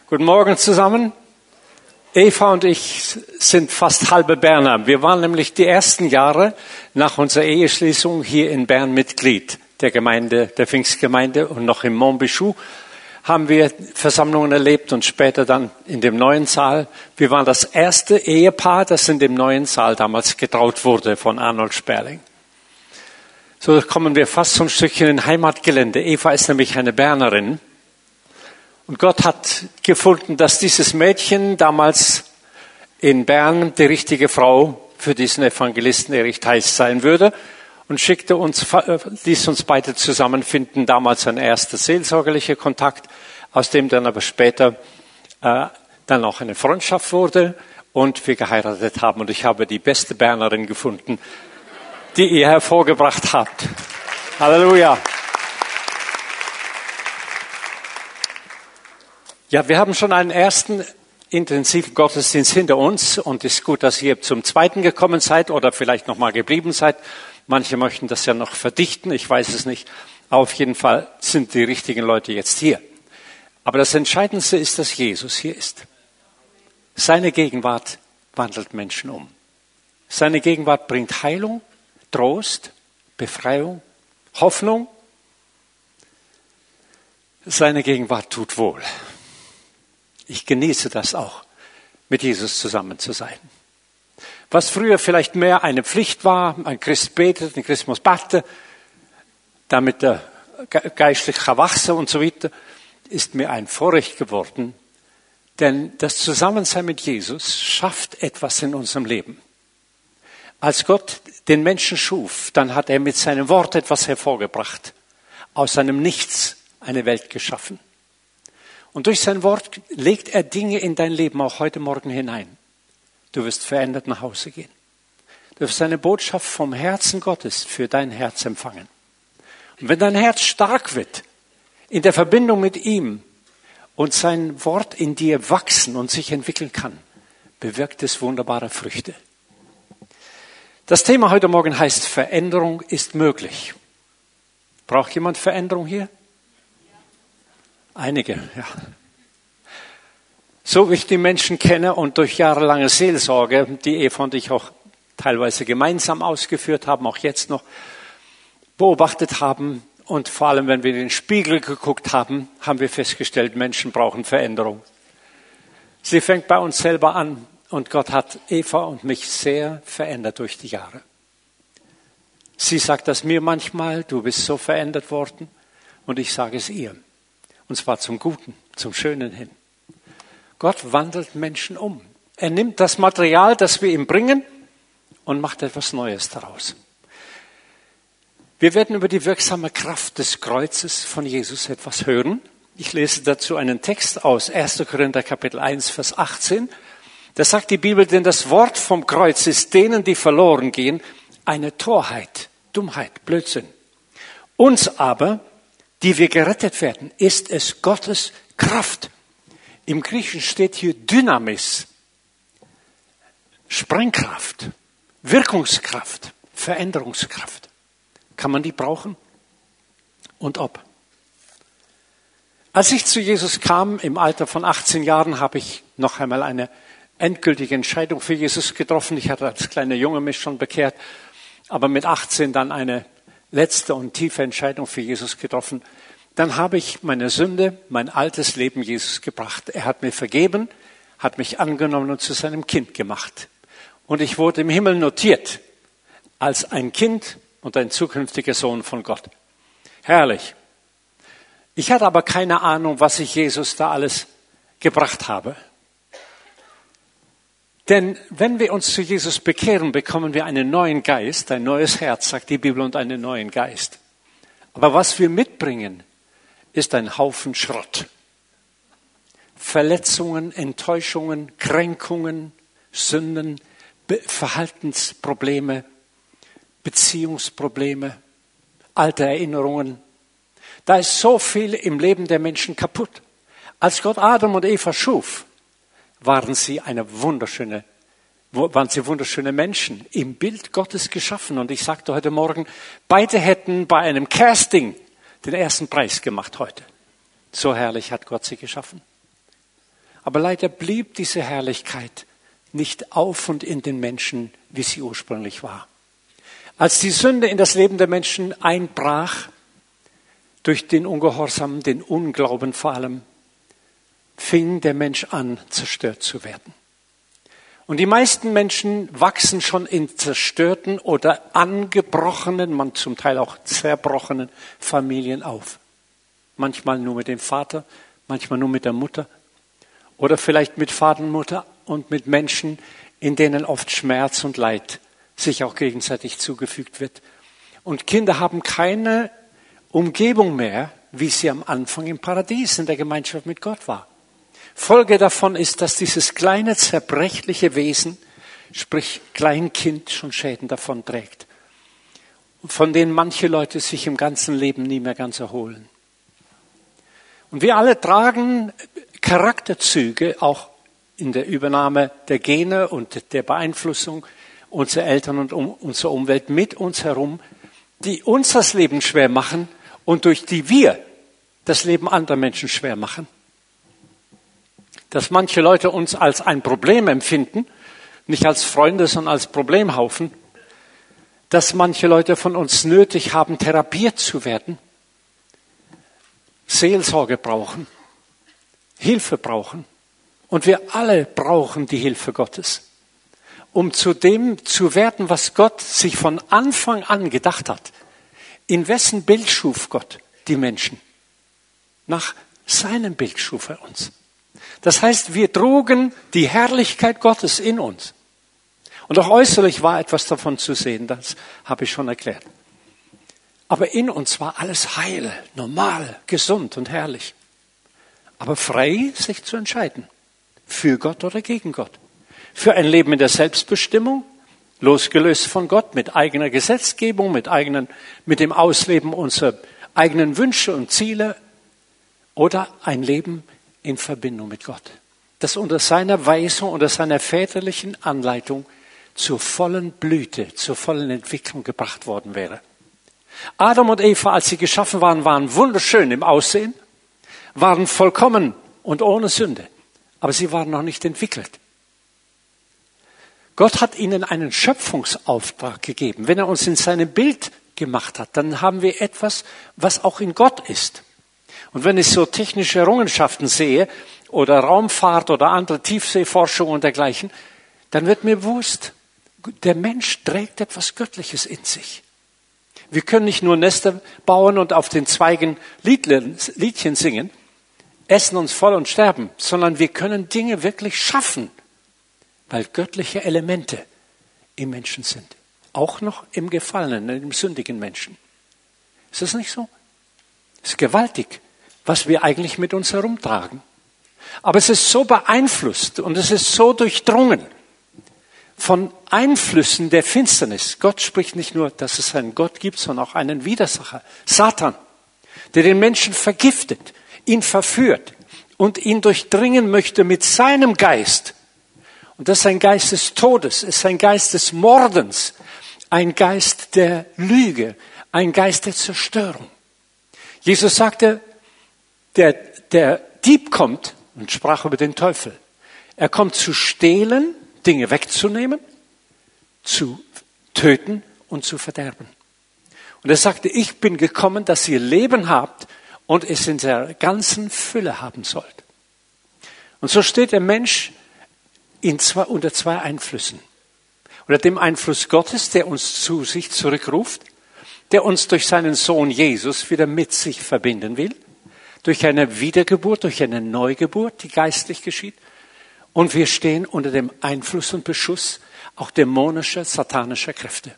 Guten Morgen zusammen. Eva und ich sind fast halbe Berner. Wir waren nämlich die ersten Jahre nach unserer Eheschließung hier in Bern Mitglied der Gemeinde, der Pfingstgemeinde, und noch im Montbichou haben wir Versammlungen erlebt und später dann in dem neuen Saal. Wir waren das erste Ehepaar, das in dem neuen Saal damals getraut wurde von Arnold Sperling. So kommen wir fast so ein Stückchen in Heimatgelände. Eva ist nämlich eine Bernerin. Und Gott hat gefunden, dass dieses Mädchen damals in Bern die richtige Frau für diesen Evangelisten Erich Theis sein würde und ließ uns beide zusammenfinden. Damals ein erster seelsorgerlicher Kontakt, aus dem dann aber später dann auch eine Freundschaft wurde und wir geheiratet haben. Und ich habe die beste Bernerin gefunden, die ihr hervorgebracht habt. Halleluja. Ja, wir haben schon einen ersten intensiven Gottesdienst hinter uns und es ist gut, dass ihr zum zweiten gekommen seid oder vielleicht noch mal geblieben seid. Manche möchten das ja noch verdichten, ich weiß es nicht. Auf jeden Fall sind die richtigen Leute jetzt hier. Aber das Entscheidendste ist, dass Jesus hier ist. Seine Gegenwart wandelt Menschen um. Seine Gegenwart bringt Heilung, Trost, Befreiung, Hoffnung. Seine Gegenwart tut wohl. Ich genieße das auch, mit Jesus zusammen zu sein. Was früher vielleicht mehr eine Pflicht war, ein Christ betet, ein Christ muss beten, damit er geistlich wachsen und so weiter, ist mir ein Vorrecht geworden. Denn das Zusammensein mit Jesus schafft etwas in unserem Leben. Als Gott den Menschen schuf, dann hat er mit seinem Wort etwas hervorgebracht. Aus seinem Nichts eine Welt geschaffen. Und durch sein Wort legt er Dinge in dein Leben auch heute Morgen hinein. Du wirst verändert nach Hause gehen. Du wirst eine Botschaft vom Herzen Gottes für dein Herz empfangen. Und wenn dein Herz stark wird, in der Verbindung mit ihm und sein Wort in dir wachsen und sich entwickeln kann, bewirkt es wunderbare Früchte. Das Thema heute Morgen heißt, Veränderung ist möglich. Braucht jemand Veränderung hier? Einige, ja. So wie ich die Menschen kenne und durch jahrelange Seelsorge, die Eva und ich auch teilweise gemeinsam ausgeführt haben, auch jetzt noch beobachtet haben und vor allem, wenn wir in den Spiegel geguckt haben, haben wir festgestellt, Menschen brauchen Veränderung. Sie fängt bei uns selber an und Gott hat Eva und mich sehr verändert durch die Jahre. Sie sagt das mir manchmal, du bist so verändert worden, und ich sage es ihr. Und zwar zum Guten, zum Schönen hin. Gott wandelt Menschen um. Er nimmt das Material, das wir ihm bringen, und macht etwas Neues daraus. Wir werden über die wirksame Kraft des Kreuzes von Jesus etwas hören. Ich lese dazu einen Text aus 1. Korinther Kapitel 1, Vers 18. Da sagt die Bibel, denn das Wort vom Kreuz ist denen, die verloren gehen, eine Torheit, Dummheit, Blödsinn. Uns aber, die wir gerettet werden, ist es Gottes Kraft. Im Griechischen steht hier Dynamis, Sprengkraft, Wirkungskraft, Veränderungskraft. Kann man die brauchen? Und ob? Als ich zu Jesus kam, im Alter von 18 Jahren, habe ich noch einmal eine endgültige Entscheidung für Jesus getroffen. Ich hatte als kleiner Junge mich schon bekehrt, aber mit 18 dann eine letzte und tiefe Entscheidung für Jesus getroffen. Dann habe ich meine Sünde, mein altes Leben Jesus gebracht. Er hat mir vergeben, hat mich angenommen und zu seinem Kind gemacht. Und ich wurde im Himmel notiert als ein Kind und ein zukünftiger Sohn von Gott. Herrlich. Ich hatte aber keine Ahnung, was ich Jesus da alles gebracht habe. Denn wenn wir uns zu Jesus bekehren, bekommen wir einen neuen Geist, ein neues Herz, sagt die Bibel, und einen neuen Geist. Aber was wir mitbringen, ist ein Haufen Schrott. Verletzungen, Enttäuschungen, Kränkungen, Sünden, Verhaltensprobleme, Beziehungsprobleme, alte Erinnerungen. Da ist so viel im Leben der Menschen kaputt. Als Gott Adam und Eva schuf, waren sie wunderschöne Menschen, im Bild Gottes geschaffen. Und ich sagte heute Morgen, beide hätten bei einem Casting den ersten Preis gemacht heute. So herrlich hat Gott sie geschaffen. Aber leider blieb diese Herrlichkeit nicht auf und in den Menschen, wie sie ursprünglich war. Als die Sünde in das Leben der Menschen einbrach, durch den Ungehorsam, den Unglauben vor allem, fing der Mensch an, zerstört zu werden. Und die meisten Menschen wachsen schon in zerstörten oder angebrochenen, man zum Teil auch zerbrochenen Familien auf. Manchmal nur mit dem Vater, manchmal nur mit der Mutter oder vielleicht mit Vater und Mutter und mit Menschen, in denen oft Schmerz und Leid sich auch gegenseitig zugefügt wird. Und Kinder haben keine Umgebung mehr, wie sie am Anfang im Paradies in der Gemeinschaft mit Gott war. Folge davon ist, dass dieses kleine zerbrechliche Wesen, sprich Kleinkind, schon Schäden davon trägt, von denen manche Leute sich im ganzen Leben nie mehr ganz erholen. Und wir alle tragen Charakterzüge, auch in der Übernahme der Gene und der Beeinflussung unserer Eltern und unserer Umwelt mit uns herum, die uns das Leben schwer machen und durch die wir das Leben anderer Menschen schwer machen. Dass manche Leute uns als ein Problem empfinden, nicht als Freunde, sondern als Problemhaufen. Dass manche Leute von uns nötig haben, therapiert zu werden, Seelsorge brauchen, Hilfe brauchen. Und wir alle brauchen die Hilfe Gottes, um zu dem zu werden, was Gott sich von Anfang an gedacht hat. In wessen Bild schuf Gott die Menschen? Nach seinem Bild schuf er uns. Das heißt, wir trugen die Herrlichkeit Gottes in uns. Und auch äußerlich war etwas davon zu sehen, das habe ich schon erklärt. Aber in uns war alles heil, normal, gesund und herrlich. Aber frei, sich zu entscheiden. Für Gott oder gegen Gott. Für ein Leben in der Selbstbestimmung, losgelöst von Gott, mit eigener Gesetzgebung, mit dem Ausleben unserer eigenen Wünsche und Ziele. Oder ein Leben in Verbindung mit Gott, das unter seiner Weisung, unter seiner väterlichen Anleitung zur vollen Blüte, zur vollen Entwicklung gebracht worden wäre. Adam und Eva, als sie geschaffen waren, waren wunderschön im Aussehen, waren vollkommen und ohne Sünde, aber sie waren noch nicht entwickelt. Gott hat ihnen einen Schöpfungsauftrag gegeben. Wenn er uns in seinem Bild gemacht hat, dann haben wir etwas, was auch in Gott ist. Und wenn ich so technische Errungenschaften sehe oder Raumfahrt oder andere Tiefseeforschung und dergleichen, dann wird mir bewusst, der Mensch trägt etwas Göttliches in sich. Wir können nicht nur Nester bauen und auf den Zweigen Liedchen singen, essen uns voll und sterben, sondern wir können Dinge wirklich schaffen, weil göttliche Elemente im Menschen sind. Auch noch im gefallenen, im sündigen Menschen. Ist das nicht so? Es ist gewaltig, was wir eigentlich mit uns herumtragen. Aber es ist so beeinflusst und es ist so durchdrungen von Einflüssen der Finsternis. Gott spricht nicht nur, dass es einen Gott gibt, sondern auch einen Widersacher, Satan, der den Menschen vergiftet, ihn verführt und ihn durchdringen möchte mit seinem Geist. Und das ist ein Geist des Todes, ist ein Geist des Mordens, ein Geist der Lüge, ein Geist der Zerstörung. Jesus sagte, der Dieb kommt und sprach über den Teufel. Er kommt zu stehlen, Dinge wegzunehmen, zu töten und zu verderben. Und er sagte, ich bin gekommen, dass ihr Leben habt und es in der ganzen Fülle haben sollt. Und so steht der Mensch unter zwei Einflüssen. Unter dem Einfluss Gottes, der uns zu sich zurückruft, der uns durch seinen Sohn Jesus wieder mit sich verbinden will, durch eine Wiedergeburt, durch eine Neugeburt, die geistlich geschieht. Und wir stehen unter dem Einfluss und Beschuss auch dämonischer, satanischer Kräfte.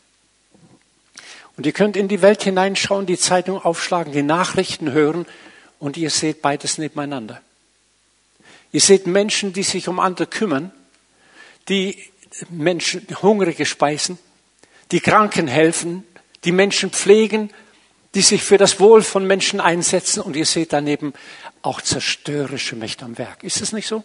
Und ihr könnt in die Welt hineinschauen, die Zeitung aufschlagen, die Nachrichten hören und ihr seht beides nebeneinander. Ihr seht Menschen, die sich um andere kümmern, die Menschen Hungrige speisen, die Kranken helfen, die Menschen pflegen, die sich für das Wohl von Menschen einsetzen und ihr seht daneben auch zerstörerische Mächte am Werk. Ist es nicht so?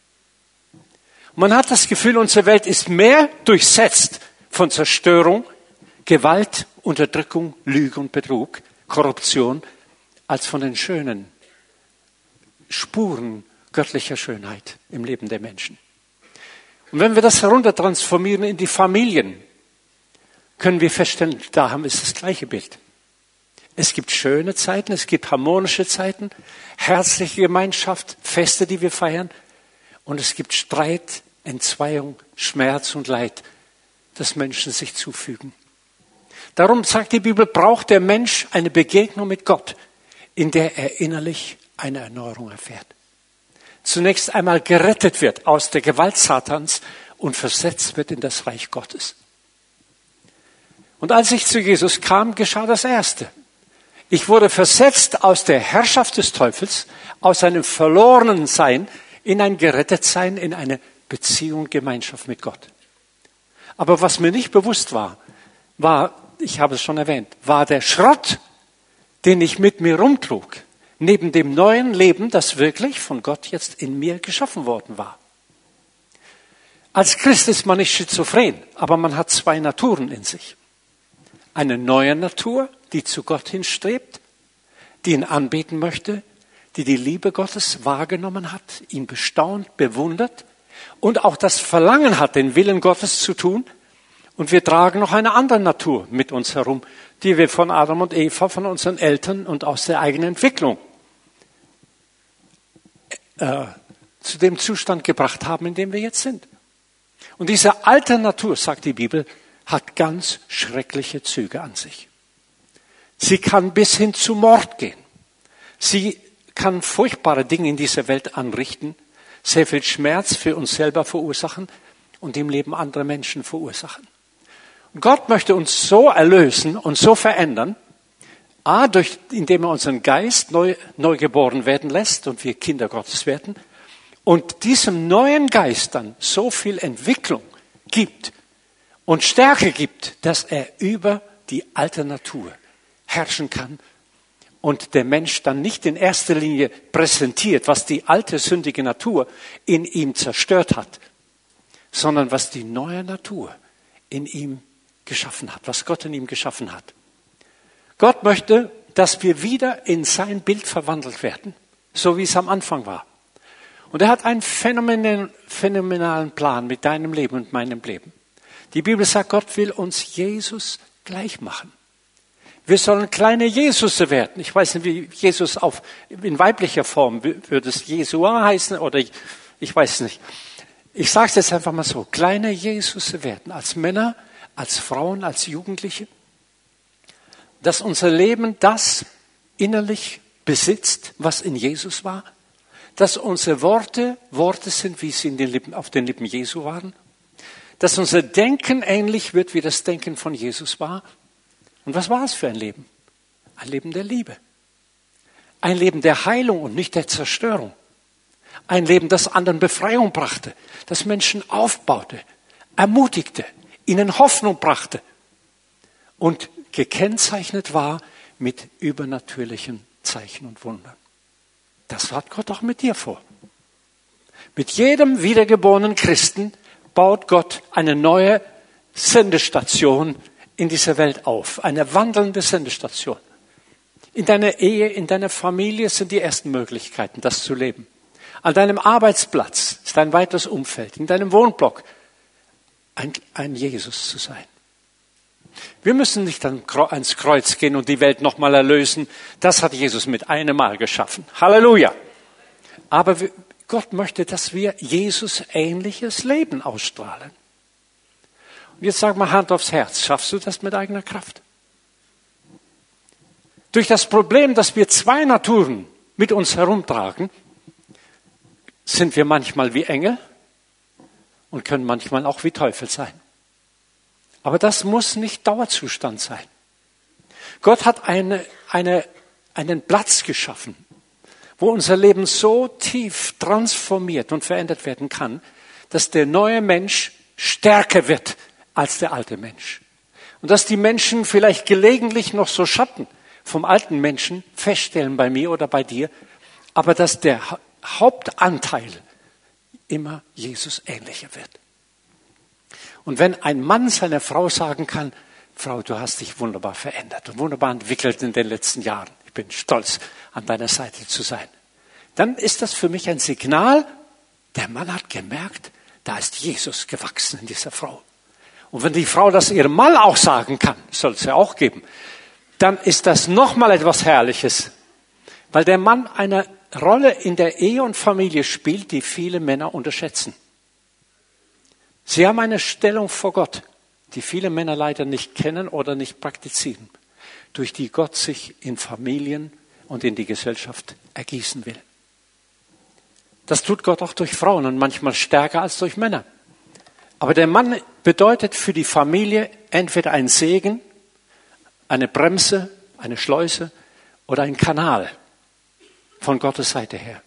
Man hat das Gefühl, unsere Welt ist mehr durchsetzt von Zerstörung, Gewalt, Unterdrückung, Lüge und Betrug, Korruption, als von den schönen Spuren göttlicher Schönheit. im Leben der Menschen. Und wenn wir das heruntertransformieren in die Familien, können wir feststellen, da haben wir das gleiche Bild. Es gibt schöne Zeiten, es gibt harmonische Zeiten, herzliche Gemeinschaft, Feste, die wir feiern. Und es gibt Streit, Entzweiung, Schmerz und Leid, das Menschen sich zufügen. Darum sagt die Bibel, braucht der Mensch eine Begegnung mit Gott, in der er innerlich eine Erneuerung erfährt. Zunächst einmal gerettet wird aus der Gewalt Satans und versetzt wird in das Reich Gottes. Und als ich zu Jesus kam, geschah das Erste. Ich wurde versetzt aus der Herrschaft des Teufels, aus einem verlorenen Sein, in ein Gerettetsein, in eine Beziehung, Gemeinschaft mit Gott. Aber was mir nicht bewusst war, ich habe es schon erwähnt, war der Schrott, den ich mit mir rumtrug, neben dem neuen Leben, das wirklich von Gott jetzt in mir geschaffen worden war. Als Christ ist man nicht schizophren, aber man hat zwei Naturen in sich. Eine neue Natur, die zu Gott hinstrebt, die ihn anbeten möchte, die die Liebe Gottes wahrgenommen hat, ihn bestaunt, bewundert und auch das Verlangen hat, den Willen Gottes zu tun. Und wir tragen noch eine andere Natur mit uns herum, die wir von Adam und Eva, von unseren Eltern und aus der eigenen Entwicklung zu dem Zustand gebracht haben, in dem wir jetzt sind. Und diese alte Natur, sagt die Bibel, hat ganz schreckliche Züge an sich. Sie kann bis hin zu Mord gehen. Sie kann furchtbare Dinge in dieser Welt anrichten, sehr viel Schmerz für uns selber verursachen und im Leben anderer Menschen verursachen. Und Gott möchte uns so erlösen und so verändern, indem er unseren Geist neu geboren werden lässt und wir Kinder Gottes werden und diesem neuen Geist dann so viel Entwicklung gibt und Stärke gibt, dass er über die alte Natur herrschen kann und der Mensch dann nicht in erster Linie präsentiert, was die alte sündige Natur in ihm zerstört hat, sondern was die neue Natur in ihm geschaffen hat, was Gott in ihm geschaffen hat. Gott möchte, dass wir wieder in sein Bild verwandelt werden, so wie es am Anfang war. Und er hat einen phänomenalen Plan mit deinem Leben und meinem Leben. Die Bibel sagt, Gott will uns Jesus gleich machen. Wir sollen kleine Jesusse werden. Ich weiß nicht, wie Jesus in weiblicher Form, würde es Jesua heißen oder ich weiß nicht. Ich sage es jetzt einfach mal so, kleine Jesusse werden, als Männer, als Frauen, als Jugendliche, dass unser Leben das innerlich besitzt, was in Jesus war, dass unsere Worte sind, wie sie auf den Lippen Jesu waren, dass unser Denken ähnlich wird, wie das Denken von Jesus war. Und was war es für ein Leben? Ein Leben der Liebe. Ein Leben der Heilung und nicht der Zerstörung. Ein Leben, das anderen Befreiung brachte, das Menschen aufbaute, ermutigte, ihnen Hoffnung brachte und gekennzeichnet war mit übernatürlichen Zeichen und Wundern. Das hat Gott auch mit dir vor. Mit jedem wiedergeborenen Christen baut Gott eine neue Sendestation in dieser Welt auf, eine wandelnde Sendestation. In deiner Ehe, in deiner Familie sind die ersten Möglichkeiten, das zu leben. An deinem Arbeitsplatz ist ein weiteres Umfeld, in deinem Wohnblock ein Jesus zu sein. Wir müssen nicht ans Kreuz gehen und die Welt nochmal erlösen. Das hat Jesus mit einem Mal geschaffen. Halleluja. Aber Gott möchte, dass wir Jesus ähnliches Leben ausstrahlen. Und jetzt sag mal Hand aufs Herz. Schaffst du das mit eigener Kraft? Durch das Problem, dass wir zwei Naturen mit uns herumtragen, sind wir manchmal wie Engel und können manchmal auch wie Teufel sein. Aber das muss nicht Dauerzustand sein. Gott hat einen Platz geschaffen, wo unser Leben so tief transformiert und verändert werden kann, dass der neue Mensch stärker wird als der alte Mensch. Und dass die Menschen vielleicht gelegentlich noch so Schatten vom alten Menschen feststellen bei mir oder bei dir, aber dass der Hauptanteil immer Jesus ähnlicher wird. Und wenn ein Mann seiner Frau sagen kann, Frau, du hast dich wunderbar verändert und wunderbar entwickelt in den letzten Jahren, ich bin stolz, an deiner Seite zu sein, dann ist das für mich ein Signal, Der Mann hat gemerkt, da ist Jesus gewachsen in dieser Frau. Und wenn die Frau das ihrem Mann auch sagen kann, soll es ja auch geben, dann ist das nochmal etwas Herrliches. Weil der Mann eine Rolle in der Ehe und Familie spielt, die viele Männer unterschätzen. Sie haben eine Stellung vor Gott, die viele Männer leider nicht kennen oder nicht praktizieren, durch die Gott sich in Familien und in die Gesellschaft ergießen will. Das tut Gott auch durch Frauen und manchmal stärker als durch Männer. Aber der Mann bedeutet für die Familie entweder ein Segen, eine Bremse, eine Schleuse oder ein Kanal von Gottes Seite her.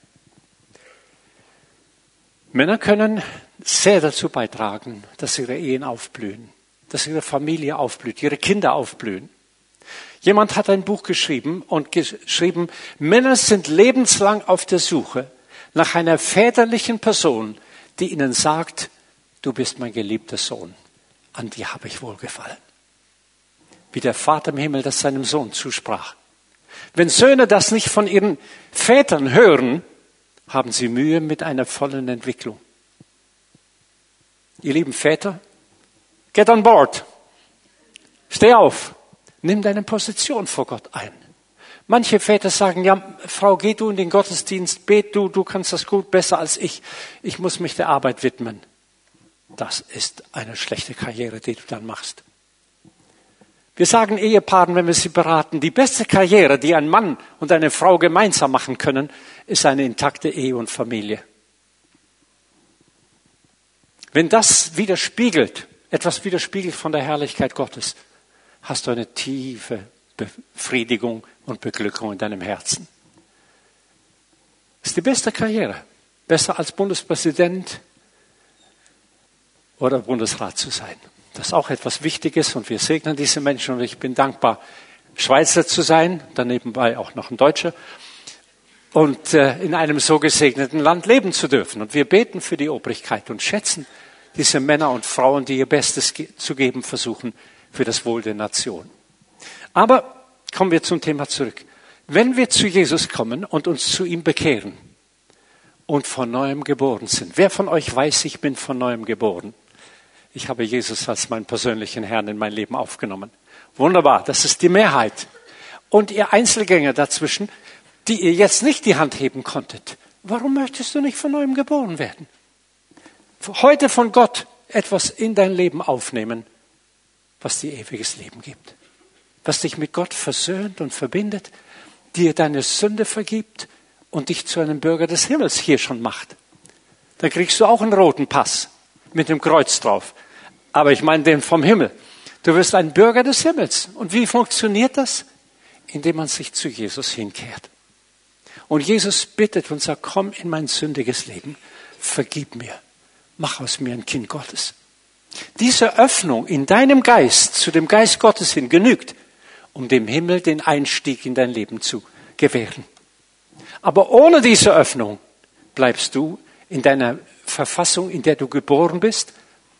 Männer können sehr dazu beitragen, dass ihre Ehen aufblühen, dass ihre Familie aufblüht, ihre Kinder aufblühen. Jemand hat ein Buch geschrieben und geschrieben, Männer sind lebenslang auf der Suche nach einer väterlichen Person, die ihnen sagt, du bist mein geliebter Sohn, an dir habe ich wohlgefallen. Wie der Vater im Himmel das seinem Sohn zusprach. Wenn Söhne das nicht von ihren Vätern hören, haben sie Mühe mit einer vollen Entwicklung. Ihr lieben Väter, get on board. Steh auf. Nimm deine Position vor Gott ein. Manche Väter sagen, ja, Frau, geh du in den Gottesdienst, bet du kannst das gut, besser als ich. Ich muss mich der Arbeit widmen. Das ist eine schlechte Karriere, die du dann machst. Wir sagen Ehepaaren, wenn wir sie beraten, die beste Karriere, die ein Mann und eine Frau gemeinsam machen können, ist eine intakte Ehe und Familie. Wenn das etwas widerspiegelt von der Herrlichkeit Gottes, hast du eine tiefe Befriedigung und Beglückung in deinem Herzen. Das ist die beste Karriere. Besser als Bundespräsident oder Bundesrat zu sein. Das ist auch etwas Wichtiges und wir segnen diese Menschen und ich bin dankbar, Schweizer zu sein, daneben auch noch ein Deutscher und in einem so gesegneten Land leben zu dürfen. Und wir beten für die Obrigkeit und schätzen diese Männer und Frauen, die ihr Bestes zu geben versuchen für das Wohl der Nation. Aber kommen wir zum Thema zurück. Wenn wir zu Jesus kommen und uns zu ihm bekehren und von Neuem geboren sind, wer von euch weiß, ich bin von Neuem geboren? Ich habe Jesus als meinen persönlichen Herrn in mein Leben aufgenommen. Wunderbar, das ist die Mehrheit. Und ihr Einzelgänger dazwischen, die ihr jetzt nicht die Hand heben konntet, warum möchtest du nicht von Neuem geboren werden? Heute von Gott etwas in dein Leben aufnehmen, was dir ewiges Leben gibt. Was dich mit Gott versöhnt und verbindet, dir deine Sünde vergibt und dich zu einem Bürger des Himmels hier schon macht. Dann kriegst du auch einen roten Pass mit dem Kreuz drauf. Aber ich meine den vom Himmel. Du wirst ein Bürger des Himmels. Und wie funktioniert das? Indem man sich zu Jesus hinkehrt. Und Jesus bittet und sagt, komm in mein sündiges Leben, vergib mir, mach aus mir ein Kind Gottes. Diese Öffnung in deinem Geist zu dem Geist Gottes hin genügt, um dem Himmel den Einstieg in dein Leben zu gewähren. Aber ohne diese Öffnung bleibst du in deiner Verfassung, in der du geboren bist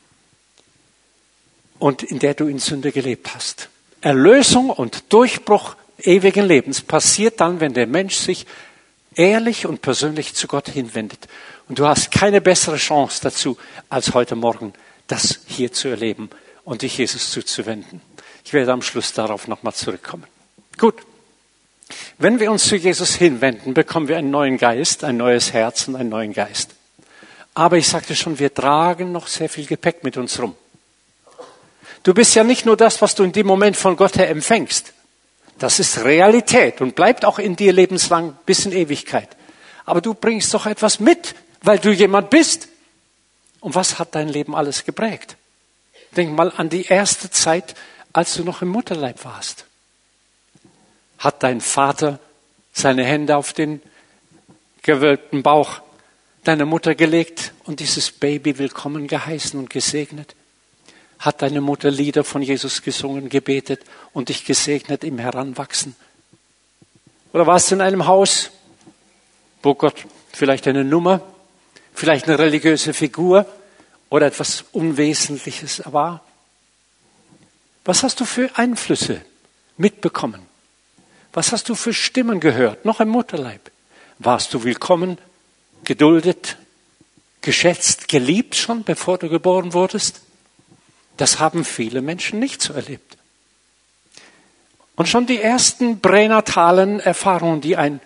und in der du in Sünde gelebt hast. Erlösung und Durchbruch ewigen Lebens passiert dann, wenn der Mensch sich ehrlich und persönlich zu Gott hinwendet. Und du hast keine bessere Chance dazu, als heute Morgen das hier zu erleben und dich Jesus zuzuwenden. Ich werde am Schluss darauf nochmal zurückkommen. Gut. Wenn wir uns zu Jesus hinwenden, bekommen wir einen neuen Geist, ein neues Herz und einen neuen Geist. Aber ich sagte schon, wir tragen noch sehr viel Gepäck mit uns rum. Du bist ja nicht nur das, was du in dem Moment von Gott her empfängst. Das ist Realität und bleibt auch in dir lebenslang bis in Ewigkeit. Aber du bringst doch etwas mit, weil du jemand bist. Und was hat dein Leben alles geprägt? Denk mal an die erste Zeit, als du noch im Mutterleib warst. Hat dein Vater seine Hände auf den gewölbten Bauch deiner Mutter gelegt und dieses Baby willkommen geheißen und gesegnet? Hat deine Mutter Lieder von Jesus gesungen, gebetet und dich gesegnet im Heranwachsen? Oder warst du in einem Haus, wo Gott vielleicht eine Nummer, vielleicht eine religiöse Figur oder etwas Unwesentliches war? Was hast du für Einflüsse mitbekommen? Was hast du für Stimmen gehört, noch im Mutterleib? Warst du willkommen, geduldet, geschätzt, geliebt schon, bevor du geboren wurdest? Das haben viele Menschen nicht so erlebt. Und schon die ersten pränatalen Erfahrungen, die ein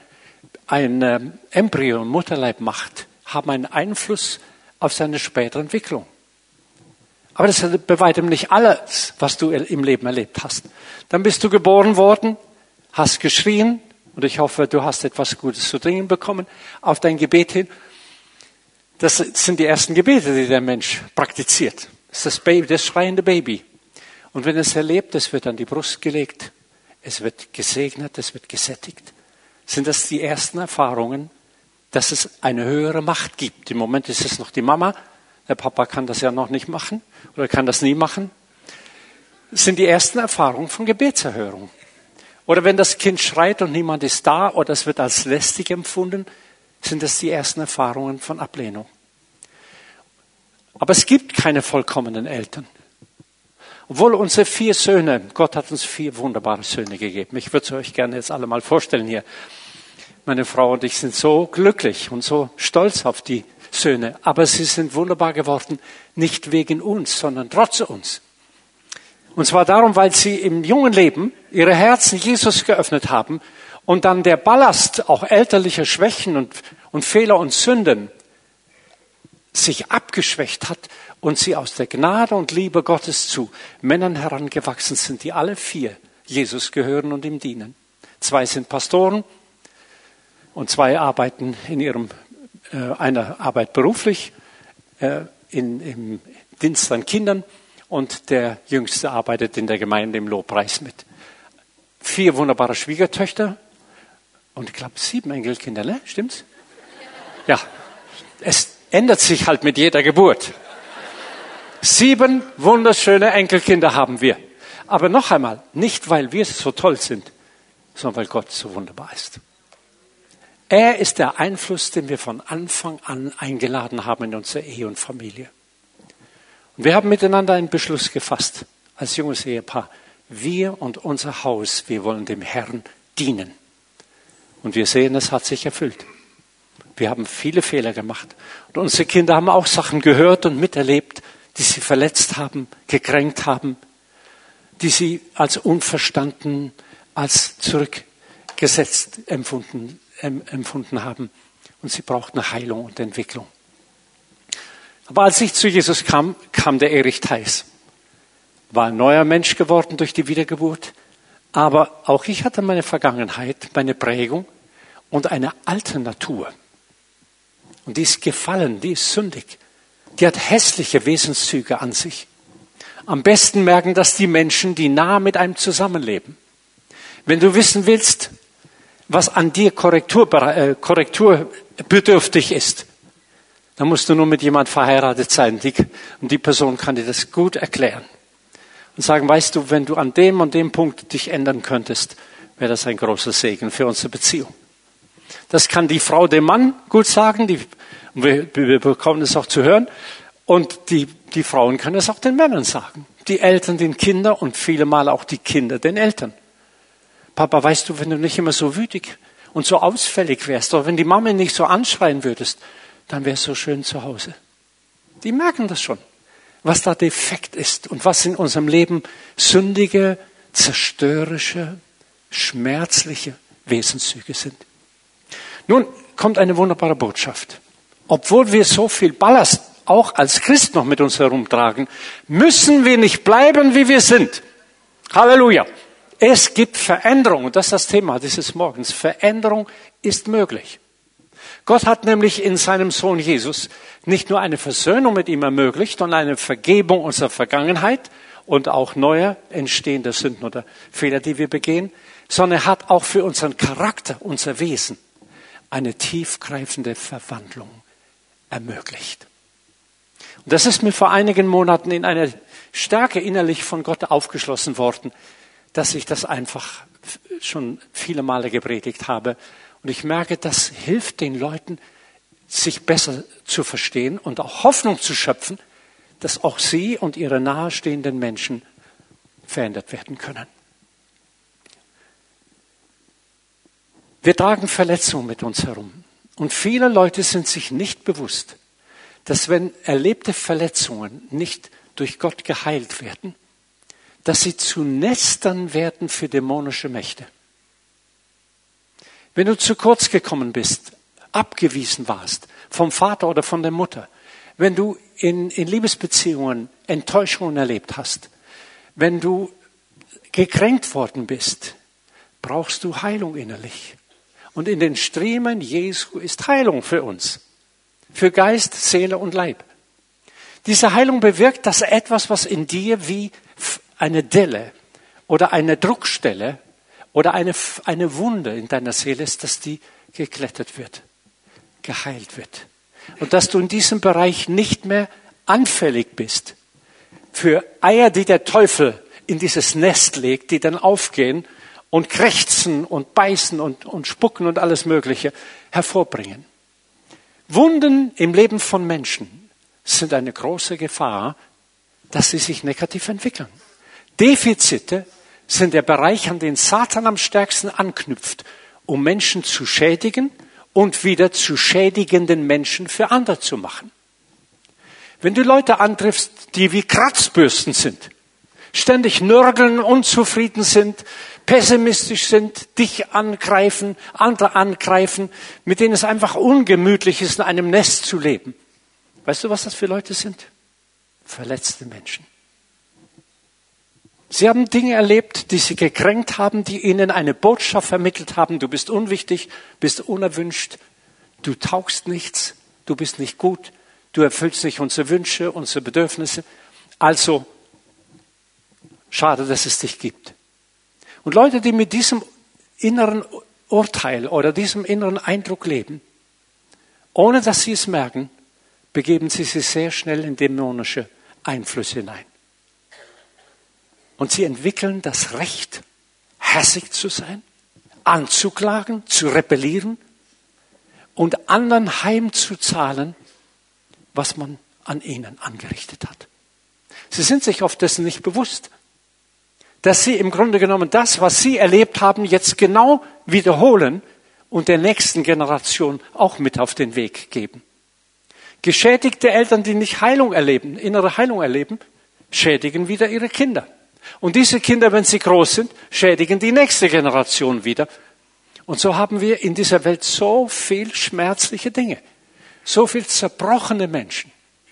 Embryo im Mutterleib macht, haben einen Einfluss auf seine spätere Entwicklung. Aber das ist bei weitem nicht alles, was du im Leben erlebt hast. Dann bist du geboren worden, hast geschrien, und ich hoffe, du hast etwas Gutes zu trinken bekommen, auf dein Gebet hin. Das sind die ersten Gebete, die der Mensch praktiziert. Das ist das Baby, das schreiende Baby. Und wenn es erlebt, es wird an die Brust gelegt, es wird gesegnet, es wird gesättigt. Sind das die ersten Erfahrungen, dass es eine höhere Macht gibt? Im Moment ist es noch die Mama. Der Papa kann das ja noch nicht machen oder kann das nie machen. Das sind die ersten Erfahrungen von Gebetserhörung. Oder wenn das Kind schreit und niemand ist da oder es wird als lästig empfunden, sind das die ersten Erfahrungen von Ablehnung. Aber es gibt keine vollkommenen Eltern. Obwohl unsere 4 Söhne, Gott hat uns 4 wunderbare Söhne gegeben. Ich würde es euch gerne jetzt alle mal vorstellen hier. Meine Frau und ich sind so glücklich und so stolz auf die Söhne. Aber sie sind wunderbar geworden, nicht wegen uns, sondern trotz uns. Und zwar darum, weil sie im jungen Leben ihre Herzen Jesus geöffnet haben und dann der Ballast auch elterlicher Schwächen und Fehler und Sünden sich abgeschwächt hat und sie aus der Gnade und Liebe Gottes zu Männern herangewachsen sind, die alle 4 Jesus gehören und ihm dienen. 2 sind Pastoren und 2 arbeiten einer arbeitet beruflich im Dienst an Kindern und der Jüngste arbeitet in der Gemeinde im Lobpreis mit. 4 wunderbare Schwiegertöchter und ich glaube 7 Enkelkinder, ne? Stimmt's? Ja, es ändert sich halt mit jeder Geburt. 7 wunderschöne Enkelkinder haben wir. Aber noch einmal, nicht weil wir so toll sind, sondern weil Gott so wunderbar ist. Er ist der Einfluss, den wir von Anfang an eingeladen haben in unsere Ehe und Familie. Und wir haben miteinander einen Beschluss gefasst, als junges Ehepaar. Wir und unser Haus, wir wollen dem Herrn dienen. Und wir sehen, es hat sich erfüllt. Wir haben viele Fehler gemacht. Und unsere Kinder haben auch Sachen gehört und miterlebt, die sie verletzt haben, gekränkt haben, die sie als unverstanden, als zurückgesetzt empfunden haben. Und sie brauchten Heilung und Entwicklung. Aber als ich zu Jesus kam, kam der Erich Theis. War ein neuer Mensch geworden durch die Wiedergeburt. Aber auch ich hatte meine Vergangenheit, meine Prägung und eine alte Natur. Und die ist gefallen, die ist sündig. Die hat hässliche Wesenszüge an sich. Am besten merken das die Menschen, die nah mit einem zusammenleben. Wenn du wissen willst, was an dir korrekturbedürftig ist, dann musst du nur mit jemand verheiratet sein. Und die Person kann dir das gut erklären. Und sagen, weißt du, wenn du an dem und dem Punkt dich ändern könntest, wäre das ein großer Segen für unsere Beziehung. Das kann die Frau dem Mann gut sagen, wir bekommen es auch zu hören. Und die Frauen können es auch den Männern sagen. Die Eltern den Kindern und viele Mal auch die Kinder den Eltern. Papa, weißt du, wenn du nicht immer so wütig und so ausfällig wärst, oder wenn die Mama nicht so anschreien würdest, dann wäre es so schön zu Hause. Die merken das schon, was da defekt ist und was in unserem Leben sündige, zerstörerische, schmerzliche Wesenszüge sind. Nun kommt eine wunderbare Botschaft. Obwohl wir so viel Ballast auch als Christ noch mit uns herumtragen, müssen wir nicht bleiben, wie wir sind. Halleluja. Es gibt Veränderung und das ist das Thema dieses Morgens. Veränderung ist möglich. Gott hat nämlich in seinem Sohn Jesus nicht nur eine Versöhnung mit ihm ermöglicht und eine Vergebung unserer Vergangenheit und auch neuer entstehender Sünden oder Fehler, die wir begehen, sondern er hat auch für unseren Charakter, unser Wesen, eine tiefgreifende Verwandlung ermöglicht. Und das ist mir vor einigen Monaten in einer Stärke innerlich von Gott aufgeschlossen worden, dass ich das einfach schon viele Male gepredigt habe. Und ich merke, das hilft den Leuten, sich besser zu verstehen und auch Hoffnung zu schöpfen, dass auch sie und ihre nahestehenden Menschen verändert werden können. Wir tragen Verletzungen mit uns herum. Und viele Leute sind sich nicht bewusst, dass wenn erlebte Verletzungen nicht durch Gott geheilt werden, dass sie zu Nestern werden für dämonische Mächte. Wenn du zu kurz gekommen bist, abgewiesen warst, vom Vater oder von der Mutter, wenn du in Liebesbeziehungen Enttäuschungen erlebt hast, wenn du gekränkt worden bist, brauchst du Heilung innerlich. Und in den Striemen Jesu ist Heilung für uns, für Geist, Seele und Leib. Diese Heilung bewirkt, dass etwas, was in dir wie eine Delle oder eine Druckstelle oder eine Wunde in deiner Seele ist, dass die geklettet wird, geheilt wird. Und dass du in diesem Bereich nicht mehr anfällig bist für Eier, die der Teufel in dieses Nest legt, die dann aufgehen und krächzen und beißen und spucken und alles Mögliche hervorbringen. Wunden im Leben von Menschen sind eine große Gefahr, dass sie sich negativ entwickeln. Defizite sind der Bereich, an den Satan am stärksten anknüpft, um Menschen zu schädigen und wieder zu schädigenden Menschen für andere zu machen. Wenn du Leute antriffst, die wie Kratzbürsten sind, ständig nörgeln, unzufrieden sind, pessimistisch sind, dich angreifen, andere angreifen, mit denen es einfach ungemütlich ist, in einem Nest zu leben. Weißt du, was das für Leute sind? Verletzte Menschen. Sie haben Dinge erlebt, die sie gekränkt haben, die ihnen eine Botschaft vermittelt haben. Du bist unwichtig, bist unerwünscht, du taugst nichts, du bist nicht gut, du erfüllst nicht unsere Wünsche, unsere Bedürfnisse. Also, schade, dass es dich gibt. Und Leute, die mit diesem inneren Urteil oder diesem inneren Eindruck leben, ohne dass sie es merken, begeben sie sich sehr schnell in dämonische Einflüsse hinein. Und sie entwickeln das Recht, hässig zu sein, anzuklagen, zu rebellieren und anderen heimzuzahlen, was man an ihnen angerichtet hat. Sie sind sich oft dessen nicht bewusst, dass sie im Grunde genommen das, was sie erlebt haben, jetzt genau wiederholen und der nächsten Generation auch mit auf den Weg geben. Geschädigte Eltern, die nicht Heilung erleben, innere Heilung erleben, schädigen wieder ihre Kinder. Und diese Kinder, wenn sie groß sind, schädigen die nächste Generation wieder. Und so haben wir in dieser Welt so viel schmerzliche Dinge, so viel zerbrochene Menschen.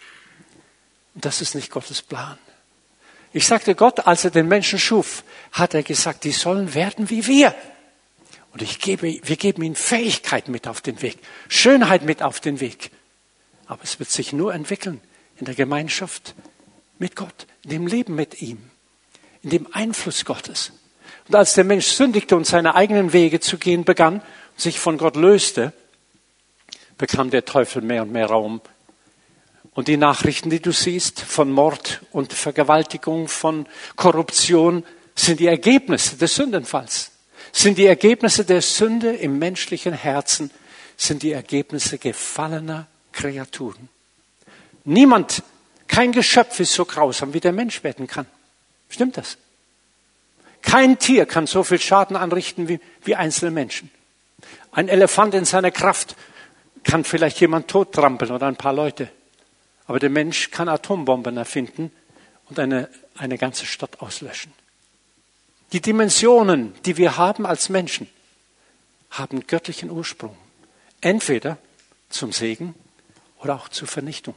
Und das ist nicht Gottes Plan. Ich sagte, Gott, als er den Menschen schuf, hat er gesagt, die sollen werden wie wir. Und wir geben ihnen Fähigkeit mit auf den Weg, Schönheit mit auf den Weg. Aber es wird sich nur entwickeln in der Gemeinschaft mit Gott, in dem Leben mit ihm, in dem Einfluss Gottes. Und als der Mensch sündigte und seine eigenen Wege zu gehen begann und sich von Gott löste, bekam der Teufel mehr und mehr Raum. Und die Nachrichten, die du siehst von Mord und Vergewaltigung, von Korruption, sind die Ergebnisse des Sündenfalls, sind die Ergebnisse der Sünde im menschlichen Herzen, sind die Ergebnisse gefallener Kreaturen. Niemand, kein Geschöpf ist so grausam, wie der Mensch werden kann. Stimmt das? Kein Tier kann so viel Schaden anrichten wie einzelne Menschen. Ein Elefant in seiner Kraft kann vielleicht jemand tottrampeln oder ein paar Leute. Aber der Mensch kann Atombomben erfinden und eine ganze Stadt auslöschen. Die Dimensionen, die wir haben als Menschen, haben göttlichen Ursprung. Entweder zum Segen oder auch zur Vernichtung.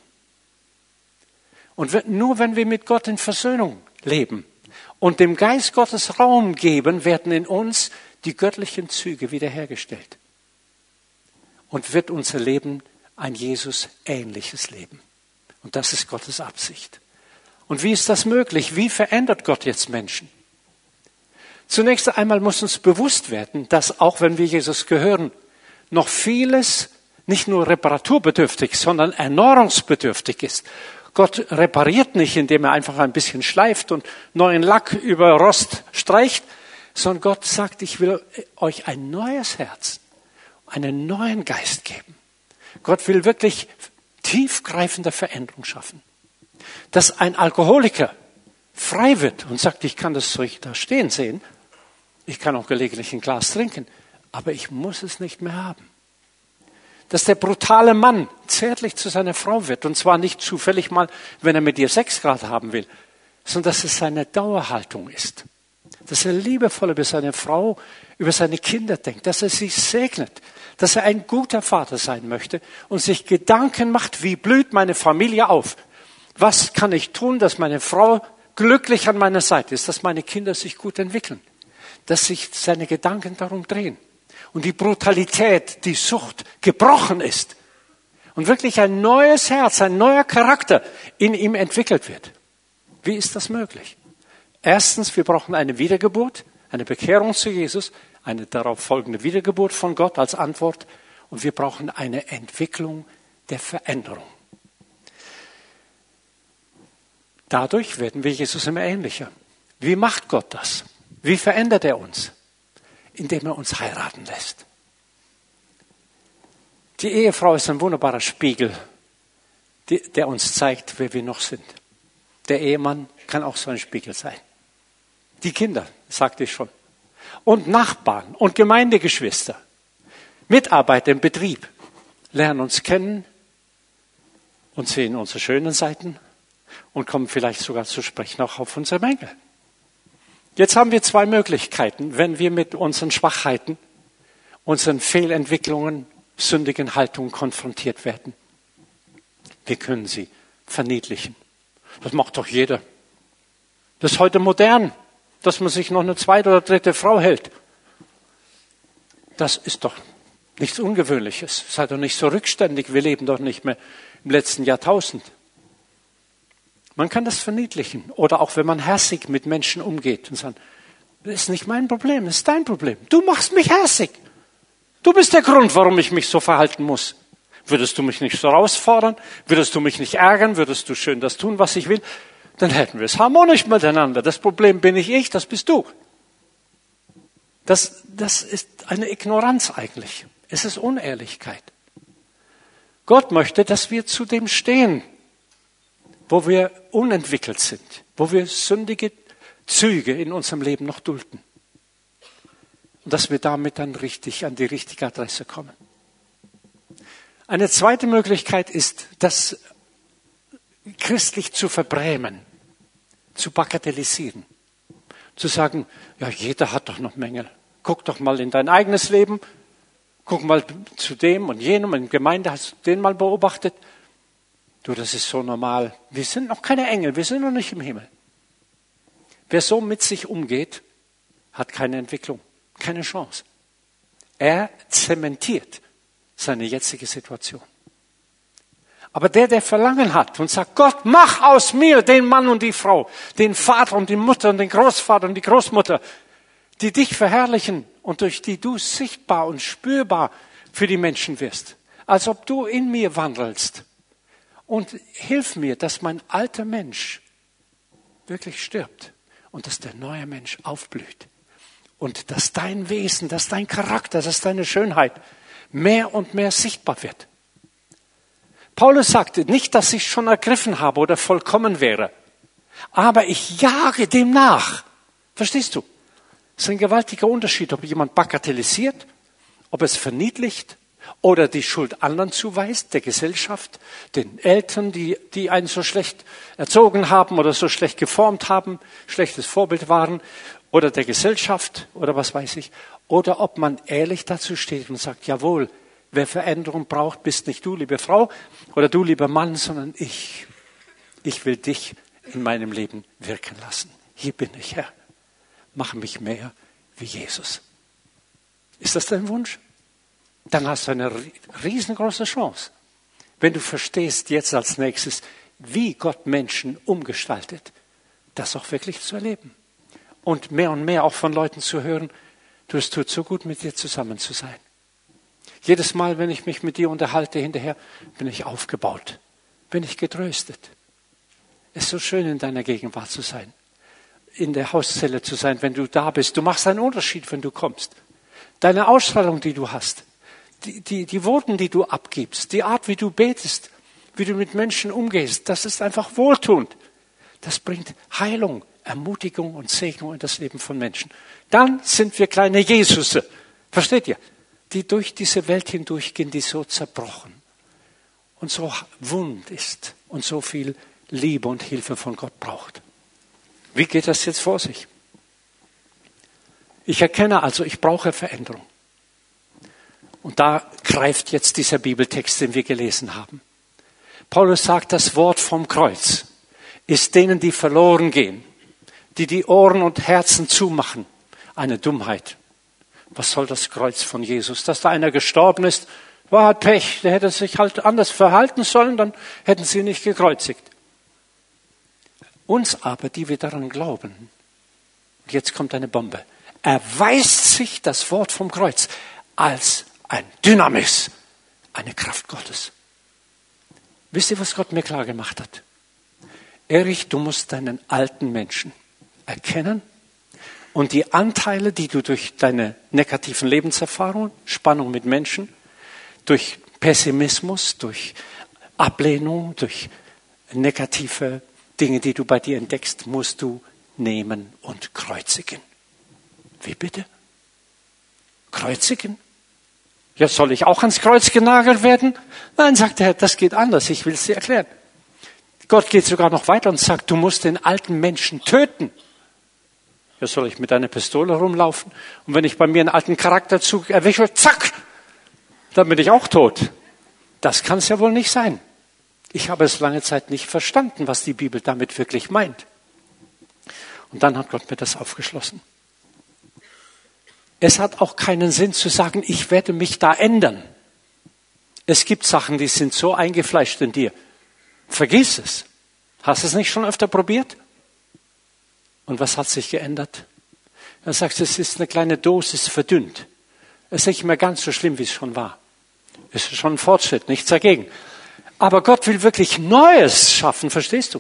Und nur wenn wir mit Gott in Versöhnung leben und dem Geist Gottes Raum geben, werden in uns die göttlichen Züge wiederhergestellt. Und wird unser Leben ein Jesus-ähnliches Leben. Und das ist Gottes Absicht. Und wie ist das möglich? Wie verändert Gott jetzt Menschen? Zunächst einmal muss uns bewusst werden, dass auch wenn wir Jesus gehören, noch vieles nicht nur reparaturbedürftig, sondern erneuerungsbedürftig ist. Gott repariert nicht, indem er einfach ein bisschen schleift und neuen Lack über Rost streicht, sondern Gott sagt, ich will euch ein neues Herz, einen neuen Geist geben. Gott will wirklich tiefgreifende Veränderung schaffen. Dass ein Alkoholiker frei wird und sagt, ich kann das Zeug da stehen sehen, ich kann auch gelegentlich ein Glas trinken, aber ich muss es nicht mehr haben. dass der brutale Mann zärtlich zu seiner Frau wird. Und zwar nicht zufällig mal, wenn er mit ihr Sex gerade haben will, sondern dass es seine Dauerhaltung ist. Dass er liebevoll über seine Frau, über seine Kinder denkt, dass er sie segnet, dass er ein guter Vater sein möchte und sich Gedanken macht, wie blüht meine Familie auf? Was kann ich tun, dass meine Frau glücklich an meiner Seite ist, dass meine Kinder sich gut entwickeln, dass sich seine Gedanken darum drehen und die Brutalität, die Sucht gebrochen ist und wirklich ein neues Herz, ein neuer Charakter in ihm entwickelt wird. Wie ist das möglich? Erstens, wir brauchen eine Wiedergeburt, eine Bekehrung zu Jesus, eine darauf folgende Wiedergeburt von Gott als Antwort und wir brauchen eine Entwicklung der Veränderung. Dadurch werden wir Jesus immer ähnlicher. Wie macht Gott das? Wie verändert er uns? Indem er uns heiraten lässt. Die Ehefrau ist ein wunderbarer Spiegel, der uns zeigt, wer wir noch sind. Der Ehemann kann auch so ein Spiegel sein. Die Kinder, sagte ich schon. Und Nachbarn und Gemeindegeschwister, Mitarbeiter im Betrieb, lernen uns kennen und sehen unsere schönen Seiten und kommen vielleicht sogar zu sprechen auch auf unsere Mängel. Jetzt haben wir zwei Möglichkeiten, wenn wir mit unseren Schwachheiten, unseren Fehlentwicklungen, sündigen Haltungen konfrontiert werden. Wir können sie verniedlichen. Das macht doch jeder. Das ist heute modern, dass man sich noch eine zweite oder dritte Frau hält. Das ist doch nichts Ungewöhnliches. Sei doch nicht so rückständig. Wir leben doch nicht mehr im letzten Jahrtausend. Man kann das verniedlichen. Oder auch wenn man hässig mit Menschen umgeht und sagt, das ist nicht mein Problem, das ist dein Problem. Du machst mich hässig. Du bist der Grund, warum ich mich so verhalten muss. Würdest du mich nicht so herausfordern? Würdest du mich nicht ärgern? Würdest du schön das tun, was ich will? Dann hätten wir es harmonisch miteinander. Das Problem bin nicht ich, das bist du. Das ist eine Ignoranz eigentlich. Es ist Unehrlichkeit. Gott möchte, dass wir zu dem stehen, wo wir unentwickelt sind, wo wir sündige Züge in unserem Leben noch dulden. Und dass wir damit dann richtig an die richtige Adresse kommen. Eine zweite Möglichkeit ist, das christlich zu verbrämen, zu bagatellisieren. Zu sagen, ja, jeder hat doch noch Mängel. Guck doch mal in dein eigenes Leben. Guck mal zu dem und jenem. In der Gemeinde hast du den mal beobachtet. Du, das ist so normal. Wir sind noch keine Engel. Wir sind noch nicht im Himmel. Wer so mit sich umgeht, hat keine Entwicklung, keine Chance. Er zementiert seine jetzige Situation. Aber der Verlangen hat und sagt, Gott, mach aus mir den Mann und die Frau, den Vater und die Mutter und den Großvater und die Großmutter, die dich verherrlichen und durch die du sichtbar und spürbar für die Menschen wirst. Als ob du in mir wandelst. Und hilf mir, dass mein alter Mensch wirklich stirbt und dass der neue Mensch aufblüht. Und dass dein Wesen, dass dein Charakter, dass deine Schönheit mehr und mehr sichtbar wird. Paulus sagte nicht, dass ich schon ergriffen habe oder vollkommen wäre, aber ich jage dem nach. Verstehst du? Das ist ein gewaltiger Unterschied, ob jemand bagatellisiert, ob es verniedlicht oder die Schuld anderen zuweist, der Gesellschaft, den Eltern, die einen so schlecht erzogen haben oder so schlecht geformt haben, schlechtes Vorbild waren, oder der Gesellschaft oder was weiß ich, oder ob man ehrlich dazu steht und sagt, jawohl, wer Veränderung braucht, bist nicht du, liebe Frau, oder du, lieber Mann, sondern ich. Ich will dich in meinem Leben wirken lassen. Hier bin ich, Herr. Mach mich mehr wie Jesus. Ist das dein Wunsch? Dann hast du eine riesengroße Chance. Wenn du verstehst jetzt als nächstes, wie Gott Menschen umgestaltet, das auch wirklich zu erleben. Und mehr auch von Leuten zu hören, du, es tut so gut, mit dir zusammen zu sein. Jedes Mal, wenn ich mich mit dir unterhalte, hinterher bin ich aufgebaut, bin ich getröstet. Es ist so schön, in deiner Gegenwart zu sein, in der Hauszelle zu sein, wenn du da bist. Du machst einen Unterschied, wenn du kommst. Deine Ausstrahlung, die du hast, die Worte, die du abgibst, die Art, wie du betest, wie du mit Menschen umgehst, das ist einfach wohltuend. Das bringt Heilung, Ermutigung und Segnung in das Leben von Menschen. Dann sind wir kleine Jesusse. Versteht ihr? die durch diese Welt hindurchgehen, die so zerbrochen und so wund ist und so viel Liebe und Hilfe von Gott braucht. Wie geht das jetzt vor sich? Ich erkenne also, ich brauche Veränderung. Und da greift jetzt dieser Bibeltext, den wir gelesen haben. Paulus sagt, das Wort vom Kreuz ist denen, die verloren gehen, die die Ohren und Herzen zumachen, eine Dummheit. Was soll das Kreuz von Jesus? Dass da einer gestorben ist, war halt Pech. Der hätte sich halt anders verhalten sollen, dann hätten sie ihn nicht gekreuzigt. Uns aber, die wir daran glauben, und jetzt kommt eine Bombe, erweist sich das Wort vom Kreuz als ein Dynamis, eine Kraft Gottes. Wisst ihr, was Gott mir klar gemacht hat? Erich, du musst deinen alten Menschen erkennen und die Anteile, die du durch deine negativen Lebenserfahrungen, Spannung mit Menschen, durch Pessimismus, durch Ablehnung, durch negative Dinge, die du bei dir entdeckst, musst du nehmen und kreuzigen. Wie bitte? Kreuzigen? Ja, soll ich auch ans Kreuz genagelt werden? Nein, sagt der Herr, das geht anders, ich will es dir erklären. Gott geht sogar noch weiter und sagt, du musst den alten Menschen töten. Ja, soll ich mit einer Pistole rumlaufen? Und wenn ich bei mir einen alten Charakterzug erwische, zack, dann bin ich auch tot. Das kann es ja wohl nicht sein. Ich habe es lange Zeit nicht verstanden, was die Bibel damit wirklich meint. Und dann hat Gott mir das aufgeschlossen. Es hat auch keinen Sinn zu sagen, ich werde mich da ändern. Es gibt Sachen, die sind so eingefleischt in dir. Vergiss es. Hast du es nicht schon öfter probiert? Und was hat sich geändert? Er sagt, es ist eine kleine Dosis verdünnt. Es ist nicht mehr ganz so schlimm, wie es schon war. Es ist schon ein Fortschritt, nichts dagegen. Aber Gott will wirklich Neues schaffen, verstehst du?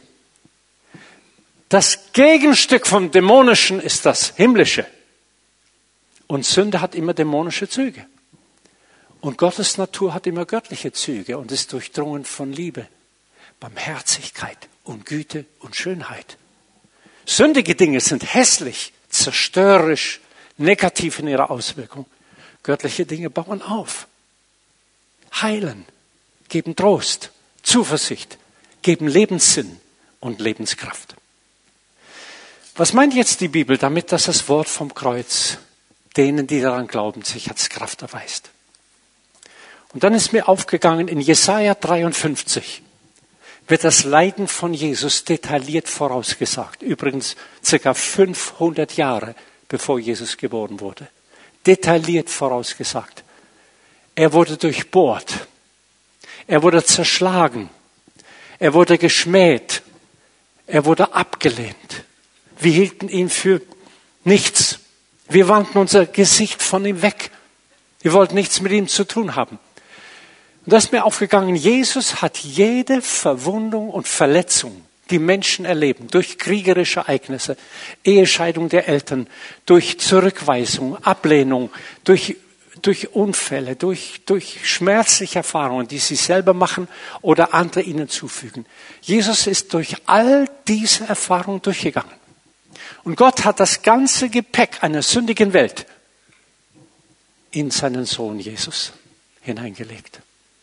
Das Gegenstück vom Dämonischen ist das Himmlische. Und Sünde hat immer dämonische Züge. Und Gottes Natur hat immer göttliche Züge und ist durchdrungen von Liebe, Barmherzigkeit und Güte und Schönheit. Sündige Dinge sind hässlich, zerstörerisch, negativ in ihrer Auswirkung. Göttliche Dinge bauen auf, heilen, geben Trost, Zuversicht, geben Lebenssinn und Lebenskraft. Was meint jetzt die Bibel damit, dass das Wort vom Kreuz denen, die daran glauben, sich als Kraft erweist? Und dann ist mir aufgegangen, in Jesaja 53 wird das Leiden von Jesus detailliert vorausgesagt. Übrigens ca. 500 Jahre, bevor Jesus geboren wurde. Detailliert vorausgesagt. Er wurde durchbohrt. Er wurde zerschlagen. Er wurde geschmäht. Er wurde abgelehnt. Wir hielten ihn für nichts. Wir wandten unser Gesicht von ihm weg. Wir wollten nichts mit ihm zu tun haben. Und das ist mir aufgegangen, Jesus hat jede Verwundung und Verletzung, die Menschen erleben, durch kriegerische Ereignisse, Ehescheidung der Eltern, durch Zurückweisung, Ablehnung, durch Unfälle, durch schmerzliche Erfahrungen, die sie selber machen oder andere ihnen zufügen. Jesus ist durch all diese Erfahrungen durchgegangen. Und Gott hat das ganze Gepäck einer sündigen Welt in seinen Sohn Jesus hineingelegt.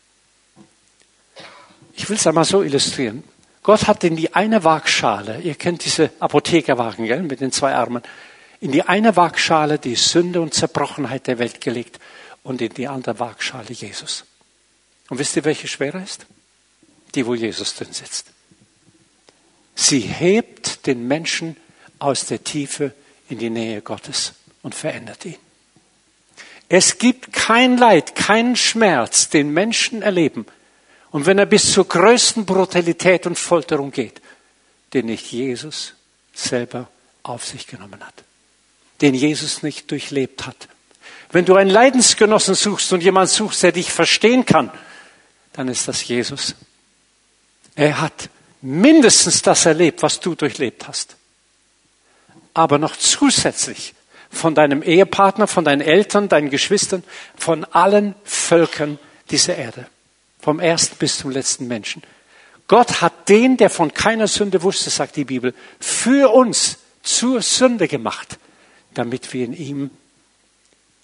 Ich will es einmal so illustrieren. Gott hat in die eine Waagschale, ihr kennt diese Apothekerwagen, gell, mit den 2 Armen, in die eine Waagschale die Sünde und Zerbrochenheit der Welt gelegt und in die andere Waagschale Jesus. Und wisst ihr, welche schwerer ist? Die, wo Jesus drin sitzt. Sie hebt den Menschen aus der Tiefe in die Nähe Gottes und verändert ihn. Es gibt kein Leid, keinen Schmerz, den Menschen erleben, und wenn er bis zur größten Brutalität und Folterung geht, den nicht Jesus selber auf sich genommen hat, den Jesus nicht durchlebt hat. Wenn du einen Leidensgenossen suchst und jemanden suchst, der dich verstehen kann, dann ist das Jesus. Er hat mindestens das erlebt, was du durchlebt hast. Aber noch zusätzlich von deinem Ehepartner, von deinen Eltern, deinen Geschwistern, von allen Völkern dieser Erde. Vom ersten bis zum letzten Menschen. Gott hat den, der von keiner Sünde wusste, sagt die Bibel, für uns zur Sünde gemacht, damit wir in ihm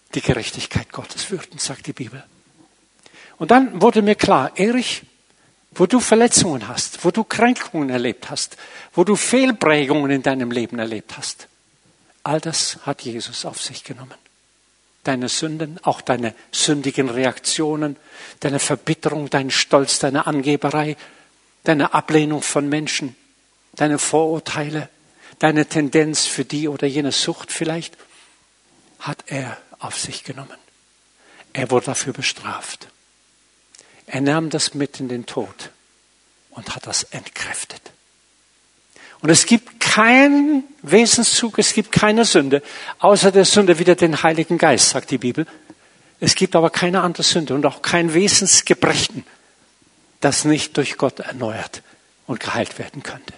die Gerechtigkeit Gottes würden, sagt die Bibel. Und dann wurde mir klar, Erich, wo du Verletzungen hast, wo du Kränkungen erlebt hast, wo du Fehlprägungen in deinem Leben erlebt hast, all das hat Jesus auf sich genommen. Deine Sünden, auch deine sündigen Reaktionen, deine Verbitterung, dein Stolz, deine Angeberei, deine Ablehnung von Menschen, deine Vorurteile, deine Tendenz für die oder jene Sucht vielleicht, hat er auf sich genommen. Er wurde dafür bestraft. Er nahm das mit in den Tod und hat das entkräftet. Und es gibt keinen Wesenszug, es gibt keine Sünde, außer der Sünde wieder den Heiligen Geist, sagt die Bibel. Es gibt aber keine andere Sünde und auch kein Wesensgebrechen, das nicht durch Gott erneuert und geheilt werden könnte.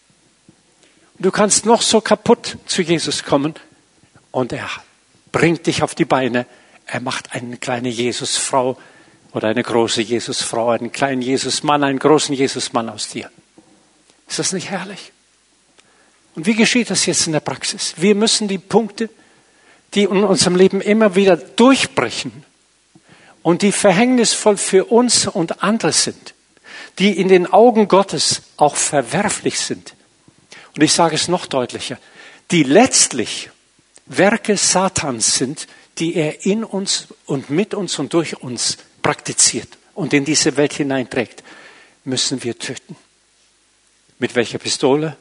Du kannst noch so kaputt zu Jesus kommen und er bringt dich auf die Beine. Er macht eine kleine Jesusfrau oder eine große Jesusfrau, einen kleinen Jesusmann, einen großen Jesusmann aus dir. Ist das nicht herrlich? Und wie geschieht das jetzt in der Praxis? Wir müssen die Punkte, die in unserem Leben immer wieder durchbrechen und die verhängnisvoll für uns und andere sind, die in den Augen Gottes auch verwerflich sind. Und ich sage es noch deutlicher, die letztlich Werke Satans sind, die er in uns und mit uns und durch uns praktiziert und in diese Welt hineinträgt, müssen wir töten. Mit welcher Pistole?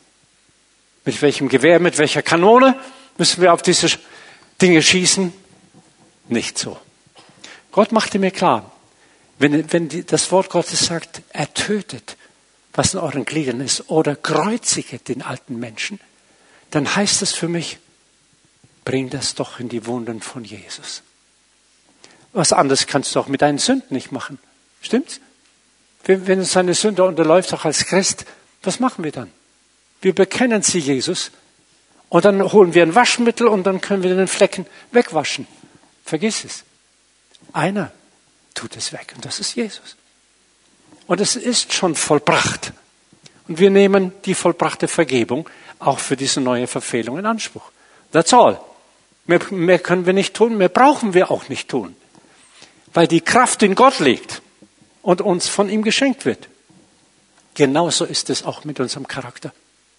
Mit welchem Gewehr? Mit welcher Kanone müssen wir auf diese Dinge schießen? Nicht so. Gott machte mir klar, wenn das Wort Gottes sagt, er tötet, was in euren Gliedern ist, oder kreuzige den alten Menschen, dann heißt es für mich, bring das doch in die Wunden von Jesus. Was anderes kannst du auch mit deinen Sünden nicht machen. Stimmt's? Wenn uns eine Sünde unterläuft, auch als Christ, was machen wir dann? Wir bekennen sie Jesus und dann holen wir ein Waschmittel und dann können wir den Flecken wegwaschen. Vergiss es. Einer tut es weg und das ist Jesus. Und es ist schon vollbracht. Und wir nehmen die vollbrachte Vergebung auch für diese neue Verfehlung in Anspruch. That's all. Mehr können wir nicht tun, mehr brauchen wir auch nicht tun. Weil die Kraft in Gott liegt und uns von ihm geschenkt wird. Genauso ist es auch mit unserem Charakter.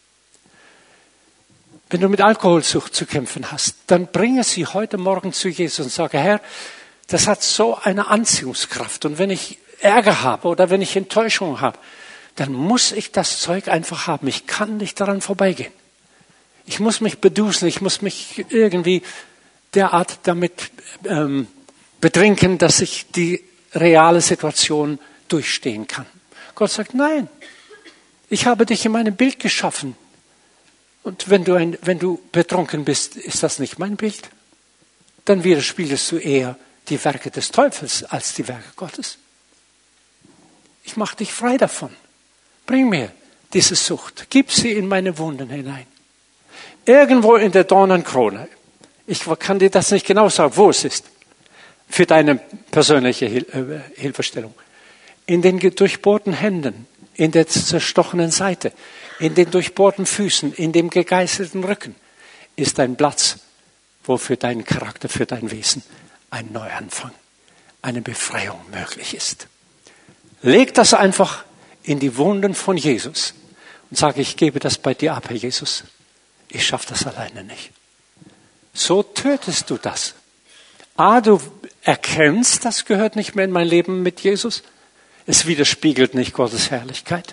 Wenn du mit Alkoholsucht zu kämpfen hast, dann bringe sie heute Morgen zu Jesus und sage, Herr, das hat so eine Anziehungskraft. Und wenn ich Ärger habe oder wenn ich Enttäuschung habe, dann muss ich das Zeug einfach haben. Ich kann nicht daran vorbeigehen. Ich muss mich bedusen, ich muss mich irgendwie derart damit betrinken, dass ich die reale Situation durchstehen kann. Gott sagt, nein, ich habe dich in meinem Bild geschaffen. Und wenn du betrunken bist, ist das nicht mein Bild. Dann widerspiegelst du eher die Werke des Teufels als die Werke Gottes. Ich mache dich frei davon. Bring mir diese Sucht. Gib sie in meine Wunden hinein. Irgendwo in der Dornenkrone. Ich kann dir das nicht genau sagen, wo es ist. Für deine persönliche Hilfestellung. In den durchbohrten Händen, in der zerstochenen Seite, in den durchbohrten Füßen, in dem gegeißelten Rücken ist ein Platz, wo für deinen Charakter, für dein Wesen ein Neuanfang, eine Befreiung möglich ist. Leg das einfach in die Wunden von Jesus und sage, ich gebe das bei dir ab, Herr Jesus. Ich schaffe das alleine nicht. So tötest du das. A, du erkennst, das gehört nicht mehr in mein Leben mit Jesus. Es widerspiegelt nicht Gottes Herrlichkeit.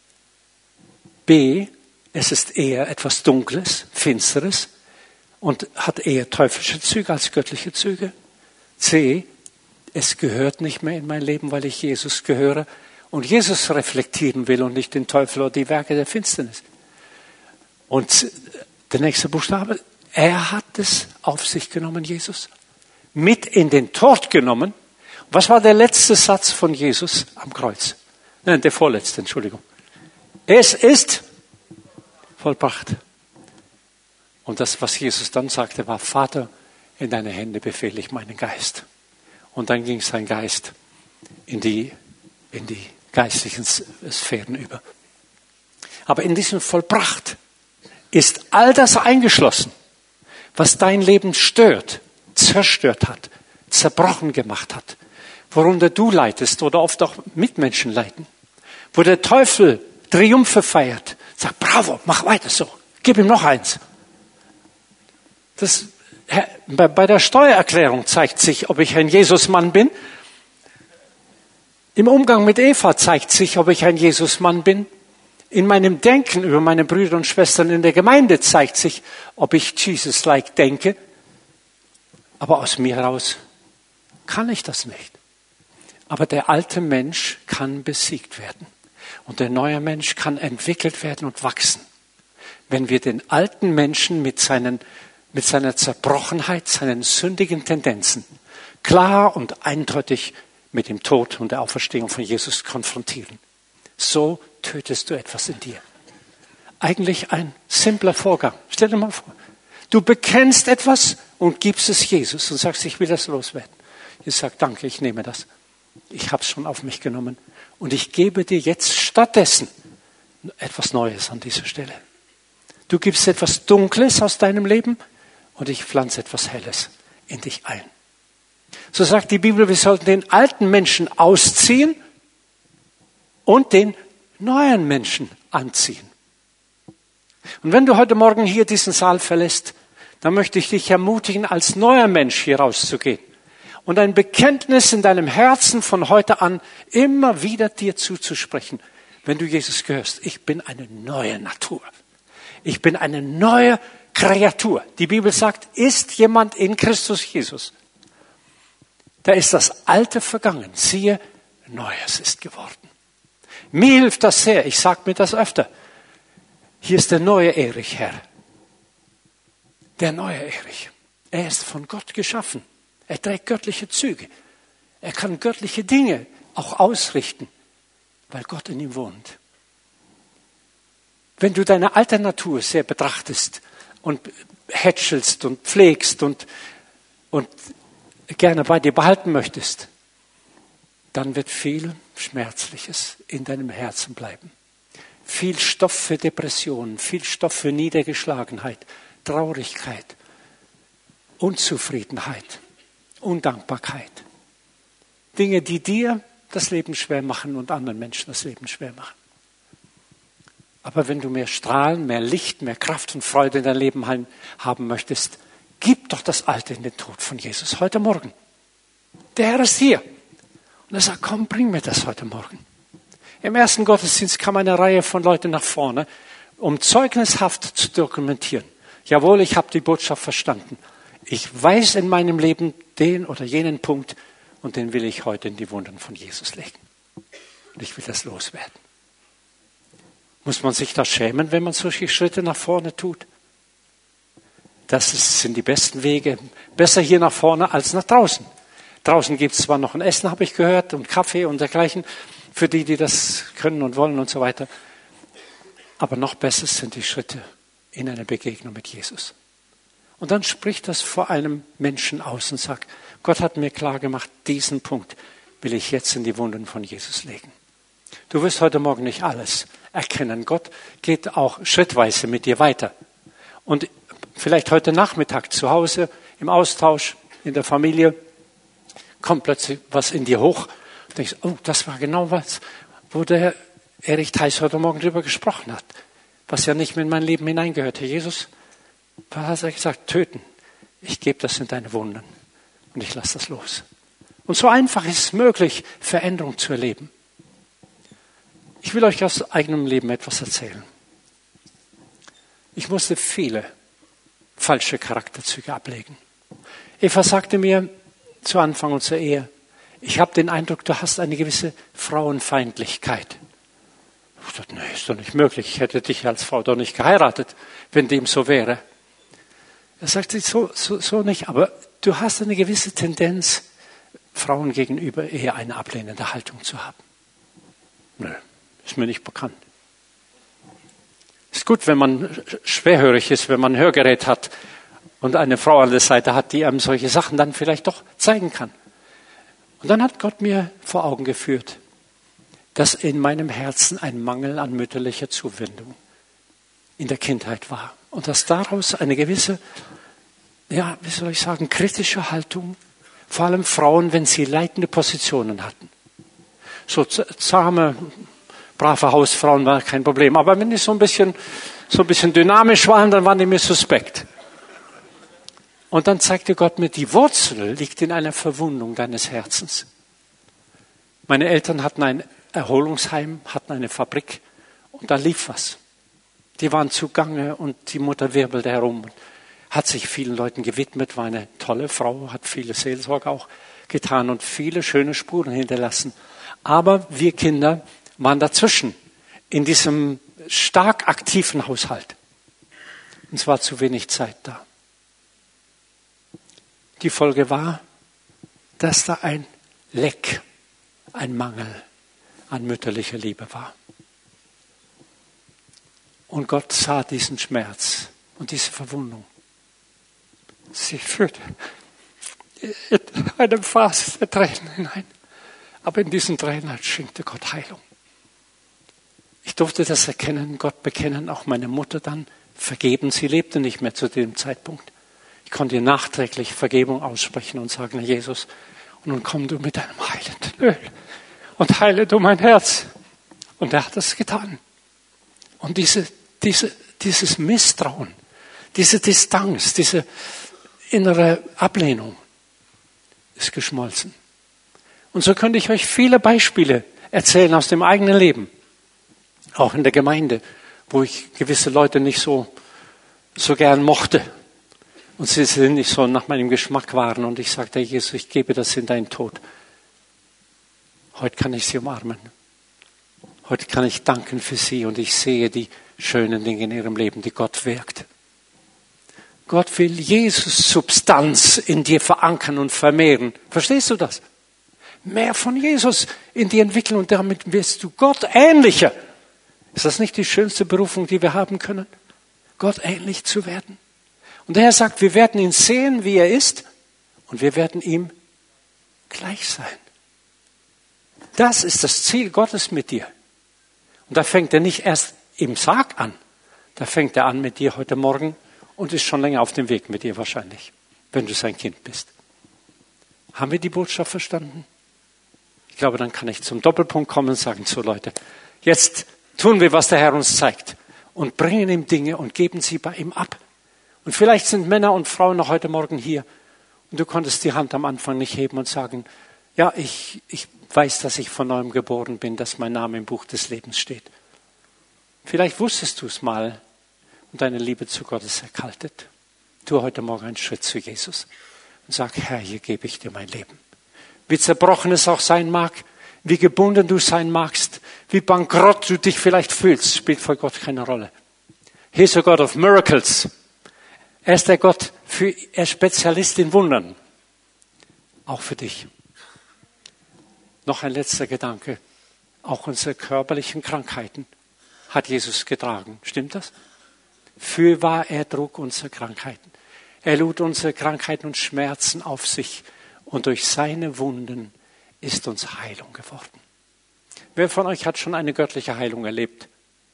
B, es ist eher etwas Dunkles, Finsteres und hat eher teuflische Züge als göttliche Züge. C, es gehört nicht mehr in mein Leben, weil ich Jesus gehöre und Jesus reflektieren will und nicht den Teufel oder die Werke der Finsternis. Und der nächste Buchstabe, er hat es auf sich genommen, Jesus. Mit in den Tod genommen. Was war der letzte Satz von Jesus am Kreuz? Nein, der vorletzte, Entschuldigung. Es ist vollbracht. Und das, was Jesus dann sagte, war, Vater, in deine Hände befehle ich meinen Geist. Und dann ging sein Geist in die geistlichen Sphären über. Aber in diesem vollbracht ist all das eingeschlossen, was dein Leben stört, zerstört hat, zerbrochen gemacht hat, worunter du leidest oder oft auch Mitmenschen leiden, wo der Teufel Triumphe feiert, sagt, bravo, mach weiter so, gib ihm noch eins. Bei der Steuererklärung zeigt sich, ob ich ein Jesusmann bin. Im Umgang mit Eva zeigt sich, ob ich ein Jesusmann bin. In meinem Denken über meine Brüder und Schwestern in der Gemeinde zeigt sich, ob ich Jesus-like denke. Aber aus mir heraus kann ich das nicht. Aber der alte Mensch kann besiegt werden. Und der neue Mensch kann entwickelt werden und wachsen. Wenn wir den alten Menschen mit seiner Zerbrochenheit, seinen sündigen Tendenzen klar und eindeutig mit dem Tod und der Auferstehung von Jesus konfrontieren. So tötest du etwas in dir. Eigentlich ein simpler Vorgang. Stell dir mal vor, du bekennst etwas und gibst es Jesus und sagst, ich will das loswerden. Jesus sagt, danke, ich nehme das. Ich habe es schon auf mich genommen und ich gebe dir jetzt stattdessen etwas Neues an dieser Stelle. Du gibst etwas Dunkles aus deinem Leben und ich pflanze etwas Helles in dich ein. So sagt die Bibel, wir sollten den alten Menschen ausziehen und den neuen Menschen anziehen. Und wenn du heute Morgen hier diesen Saal verlässt, dann möchte ich dich ermutigen, als neuer Mensch hier rauszugehen und ein Bekenntnis in deinem Herzen von heute an immer wieder dir zuzusprechen, wenn du Jesus gehörst. Ich bin eine neue Natur. Ich bin eine neue Kreatur. Die Bibel sagt, ist jemand in Christus Jesus, da ist das Alte vergangen. Siehe, Neues ist geworden. Mir hilft das sehr. Ich sage mir das öfter. Hier ist der neue Erich, Herr. Der neue Erich. Er ist von Gott geschaffen. Er trägt göttliche Züge. Er kann göttliche Dinge auch ausrichten, weil Gott in ihm wohnt. Wenn du deine alte Natur sehr betrachtest und hätschelst und pflegst und gerne bei dir behalten möchtest, dann wird viel Schmerzliches in deinem Herzen bleiben. Viel Stoff für Depressionen, viel Stoff für Niedergeschlagenheit, Traurigkeit, Unzufriedenheit, Undankbarkeit. Dinge, die dir das Leben schwer machen und anderen Menschen das Leben schwer machen. Aber wenn du mehr Strahlen, mehr Licht, mehr Kraft und Freude in dein Leben haben möchtest, gib doch das Alte in den Tod von Jesus heute Morgen. Der Herr ist hier. Und er sagt, komm, bring mir das heute Morgen. Im ersten Gottesdienst kam eine Reihe von Leuten nach vorne, um zeugnishaft zu dokumentieren. Jawohl, ich habe die Botschaft verstanden. Ich weiß in meinem Leben den oder jenen Punkt und den will ich heute in die Wunden von Jesus legen. Und ich will das loswerden. Muss man sich da schämen, wenn man solche Schritte nach vorne tut? Das sind die besten Wege. Besser hier nach vorne als nach draußen. Draußen gibt es zwar noch ein Essen, habe ich gehört, und Kaffee und dergleichen, für die, die das können und wollen und so weiter. Aber noch besser sind die Schritte in einer Begegnung mit Jesus. Und dann spricht das vor einem Menschen aus und sagt, Gott hat mir klar gemacht, diesen Punkt will ich jetzt in die Wunden von Jesus legen. Du wirst heute Morgen nicht alles erkennen. Gott geht auch schrittweise mit dir weiter. Und vielleicht heute Nachmittag zu Hause, im Austausch, in der Familie, kommt plötzlich was in dir hoch. Du denkst, oh, das war genau was, wo der Erich Theis heute Morgen drüber gesprochen hat. Was ja nicht mehr in mein Leben hineingehörte. Jesus, was hat er gesagt? Töten. Ich gebe das in deine Wunden und ich lasse das los. Und so einfach ist es möglich, Veränderung zu erleben. Ich will euch aus eigenem Leben etwas erzählen. Ich musste viele falsche Charakterzüge ablegen. Eva sagte mir zu Anfang unserer Ehe, ich habe den Eindruck, du hast eine gewisse Frauenfeindlichkeit. Ich dachte, nee, ist doch nicht möglich. Ich hätte dich als Frau doch nicht geheiratet, wenn dem so wäre. Er sagte, so nicht, aber du hast eine gewisse Tendenz, Frauen gegenüber eher eine ablehnende Haltung zu haben. Nö, ist mir nicht bekannt. Ist gut, wenn man schwerhörig ist, wenn man ein Hörgerät hat und eine Frau an der Seite hat, die einem solche Sachen dann vielleicht doch zeigen kann. Und dann hat Gott mir vor Augen geführt, dass in meinem Herzen ein Mangel an mütterlicher Zuwendung in der Kindheit war. Und dass daraus eine gewisse ja, wie soll ich sagen, kritische Haltung. Vor allem Frauen, wenn sie leitende Positionen hatten. So zahme, brave Hausfrauen war kein Problem. Aber wenn die so ein bisschen dynamisch waren, dann waren die mir suspekt. Und dann zeigte Gott mir, die Wurzel liegt in einer Verwundung deines Herzens. Meine Eltern hatten ein Erholungsheim, hatten eine Fabrik und da lief was. Die waren zugange und die Mutter wirbelte herum, hat sich vielen Leuten gewidmet, war eine tolle Frau, hat viele Seelsorge auch getan und viele schöne Spuren hinterlassen. Aber wir Kinder waren dazwischen, in diesem stark aktiven Haushalt. Und es war zu wenig Zeit da. Die Folge war, dass da ein Leck, ein Mangel an mütterlicher Liebe war. Und Gott sah diesen Schmerz und diese Verwundung. Sie führte in einem Fass der Tränen hinein. Aber in diesen Tränen schenkte Gott Heilung. Ich durfte das erkennen, Gott bekennen, auch meine Mutter dann vergeben. Sie lebte nicht mehr zu dem Zeitpunkt. Ich konnte ihr nachträglich Vergebung aussprechen und sagen, Herr Jesus, und nun komm du mit deinem heilenden Öl und heile du mein Herz. Und er hat das getan. Und dieses Misstrauen, diese Distanz, diese innere Ablehnung ist geschmolzen. Und so könnte ich euch viele Beispiele erzählen aus dem eigenen Leben. Auch in der Gemeinde, wo ich gewisse Leute nicht so gern mochte. Und sie nicht so nach meinem Geschmack waren. Und ich sagte, Jesus, ich gebe das in deinen Tod. Heute kann ich sie umarmen. Heute kann ich danken für sie. Und ich sehe die schönen Dinge in ihrem Leben, die Gott wirkt. Gott will Jesus Substanz in dir verankern und vermehren. Verstehst du das? Mehr von Jesus in dir entwickeln und damit wirst du Gott ähnlicher. Ist das nicht die schönste Berufung, die wir haben können? Gott ähnlich zu werden. Und der Herr sagt, wir werden ihn sehen, wie er ist, und wir werden ihm gleich sein. Das ist das Ziel Gottes mit dir. Und da fängt er nicht erst im Sarg an. Da fängt er an mit dir heute Morgen und ist schon länger auf dem Weg mit dir wahrscheinlich, wenn du sein Kind bist. Haben wir die Botschaft verstanden? Ich glaube, dann kann ich zum Doppelpunkt kommen und sagen, so Leute, jetzt tun wir, was der Herr uns zeigt und bringen ihm Dinge und geben sie bei ihm ab. Und vielleicht sind Männer und Frauen noch heute Morgen hier und du konntest die Hand am Anfang nicht heben und sagen, ja, ich weiß, dass ich von neuem geboren bin, dass mein Name im Buch des Lebens steht. Vielleicht wusstest du es mal und deine Liebe zu Gott ist erkaltet. Tu heute Morgen einen Schritt zu Jesus und sag, Herr, hier gebe ich dir mein Leben. Wie zerbrochen es auch sein mag, wie gebunden du sein magst, wie bankrott du dich vielleicht fühlst, spielt vor Gott keine Rolle. He is a God of miracles. Er ist der Gott, er ist Spezialist in Wundern. Auch für dich. Noch ein letzter Gedanke. Auch unsere körperlichen Krankheiten hat Jesus getragen. Stimmt das? Fürwahr, er trug unsere Krankheiten. Er lud unsere Krankheiten und Schmerzen auf sich. Und durch seine Wunden ist uns Heilung geworden. Wer von euch hat schon eine göttliche Heilung erlebt?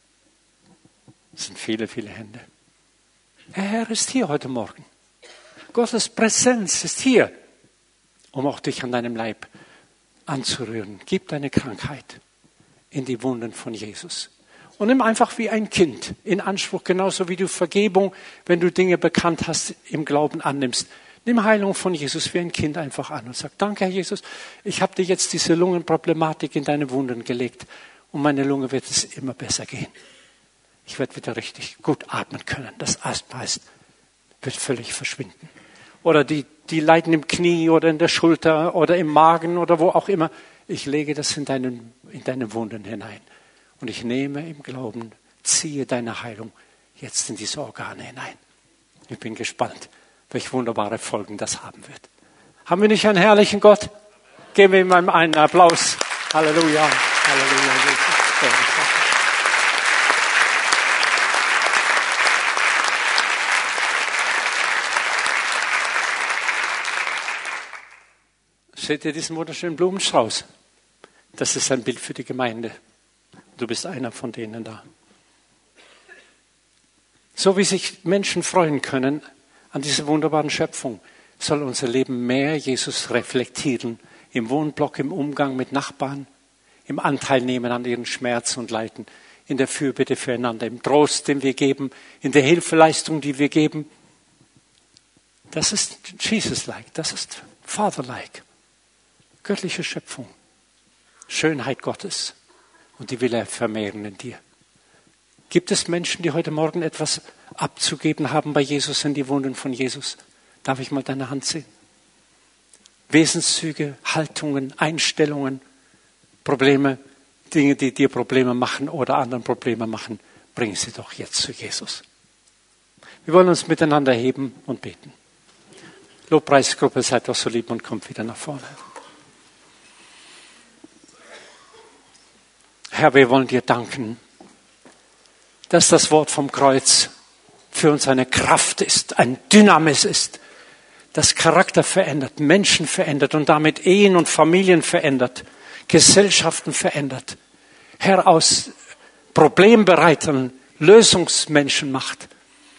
Das sind viele, viele Hände. Der Herr ist hier heute Morgen. Gottes Präsenz ist hier, um auch dich an deinem Leib anzurühren. Gib deine Krankheit in die Wunden von Jesus. Und nimm einfach wie ein Kind in Anspruch, genauso wie du Vergebung, wenn du Dinge bekannt hast, im Glauben annimmst. Nimm Heilung von Jesus wie ein Kind einfach an und sag, danke Herr Jesus, ich habe dir jetzt diese Lungenproblematik in deine Wunden gelegt und meine Lunge wird es immer besser gehen. Ich werde wieder richtig gut atmen können. Das Asthma wird völlig verschwinden. Oder die leiden im Knie oder in der Schulter oder im Magen oder wo auch immer. Ich lege das in deine Wunden hinein. Und ich nehme im Glauben, ziehe deine Heilung jetzt in diese Organe hinein. Ich bin gespannt, welche wunderbare Folgen das haben wird. Haben wir nicht einen herrlichen Gott? Geben wir ihm einen Applaus. Halleluja. Halleluja. Seht ihr diesen wunderschönen Blumenstrauß? Das ist ein Bild für die Gemeinde. Du bist einer von denen da. So wie sich Menschen freuen können an diese wunderbaren Schöpfung, soll unser Leben mehr Jesus reflektieren, im Wohnblock, im Umgang mit Nachbarn, im Anteil nehmen an ihren Schmerz und Leiden, in der Fürbitte füreinander, im Trost, den wir geben, in der Hilfeleistung, die wir geben. Das ist Jesus-like, das ist Father-like, göttliche Schöpfung, Schönheit Gottes, und die will er vermehren in dir. Gibt es Menschen, die heute Morgen etwas abzugeben haben bei Jesus in die Wunden von Jesus? Darf ich mal deine Hand sehen? Wesenszüge, Haltungen, Einstellungen, Probleme, Dinge, die dir Probleme machen oder anderen Probleme machen, bring sie doch jetzt zu Jesus. Wir wollen uns miteinander heben und beten. Lobpreisgruppe, seid doch so lieb und kommt wieder nach vorne. Herr, wir wollen dir danken, dass das Wort vom Kreuz für uns eine Kraft ist, ein Dynamis ist, das Charakter verändert, Menschen verändert und damit Ehen und Familien verändert, Gesellschaften verändert. Herr, aus Problembereitern Lösungsmenschen macht,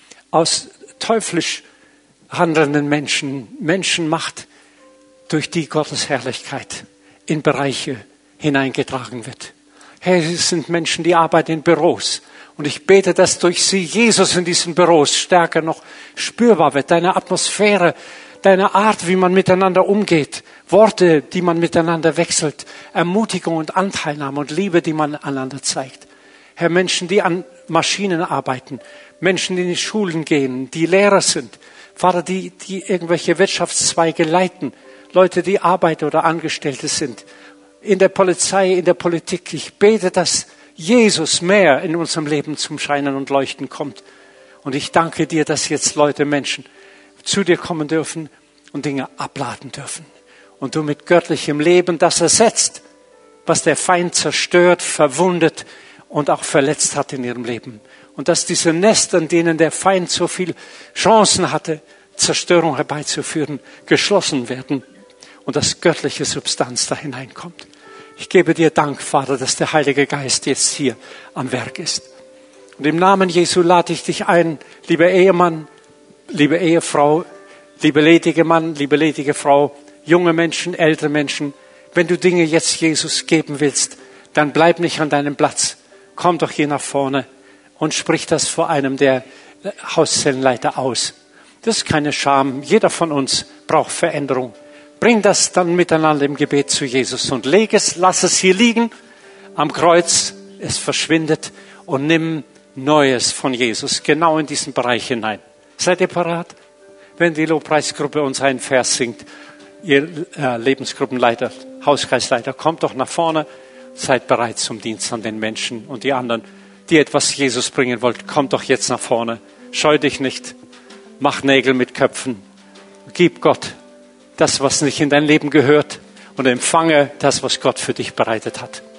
aus teuflisch handelnden Menschen macht, durch die Gottes Herrlichkeit in Bereiche hineingetragen wird. Herr, es sind Menschen, die arbeiten in Büros. Und ich bete, dass durch sie Jesus in diesen Büros stärker noch spürbar wird. Deine Atmosphäre, deine Art, wie man miteinander umgeht, Worte, die man miteinander wechselt, Ermutigung und Anteilnahme und Liebe, die man einander zeigt. Herr, Menschen, die an Maschinen arbeiten, Menschen, die in die Schulen gehen, die Lehrer sind, Vater, die irgendwelche Wirtschaftszweige leiten, Leute, die Arbeiter oder Angestellte sind, in der Polizei, in der Politik. Ich bete, dass Jesus mehr in unserem Leben zum Scheinen und Leuchten kommt. Und ich danke dir, dass jetzt Menschen zu dir kommen dürfen und Dinge abladen dürfen. Und du mit göttlichem Leben das ersetzt, was der Feind zerstört, verwundet und auch verletzt hat in ihrem Leben. Und dass diese Nester, in denen der Feind so viel Chancen hatte, Zerstörung herbeizuführen, geschlossen werden und dass göttliche Substanz da hineinkommt. Ich gebe dir Dank, Vater, dass der Heilige Geist jetzt hier am Werk ist. Und im Namen Jesu lade ich dich ein, lieber Ehemann, liebe Ehefrau, liebe ledige Mann, liebe ledige Frau, junge Menschen, ältere Menschen, wenn du Dinge jetzt Jesus geben willst, dann bleib nicht an deinem Platz. Komm doch hier nach vorne und sprich das vor einem der Hauszellenleiter aus. Das ist keine Scham. Jeder von uns braucht Veränderung. Bring das dann miteinander im Gebet zu Jesus und lass es hier liegen am Kreuz. Es verschwindet und nimm Neues von Jesus genau in diesen Bereich hinein. Seid ihr parat? Wenn die Lobpreisgruppe uns einen Vers singt, ihr Lebensgruppenleiter, Hauskreisleiter, kommt doch nach vorne. Seid bereit zum Dienst an den Menschen und die anderen, die etwas Jesus bringen wollt. Kommt doch jetzt nach vorne. Scheu dich nicht. Mach Nägel mit Köpfen. Gib Gott das, was nicht in dein Leben gehört, und empfange das, was Gott für dich bereitet hat.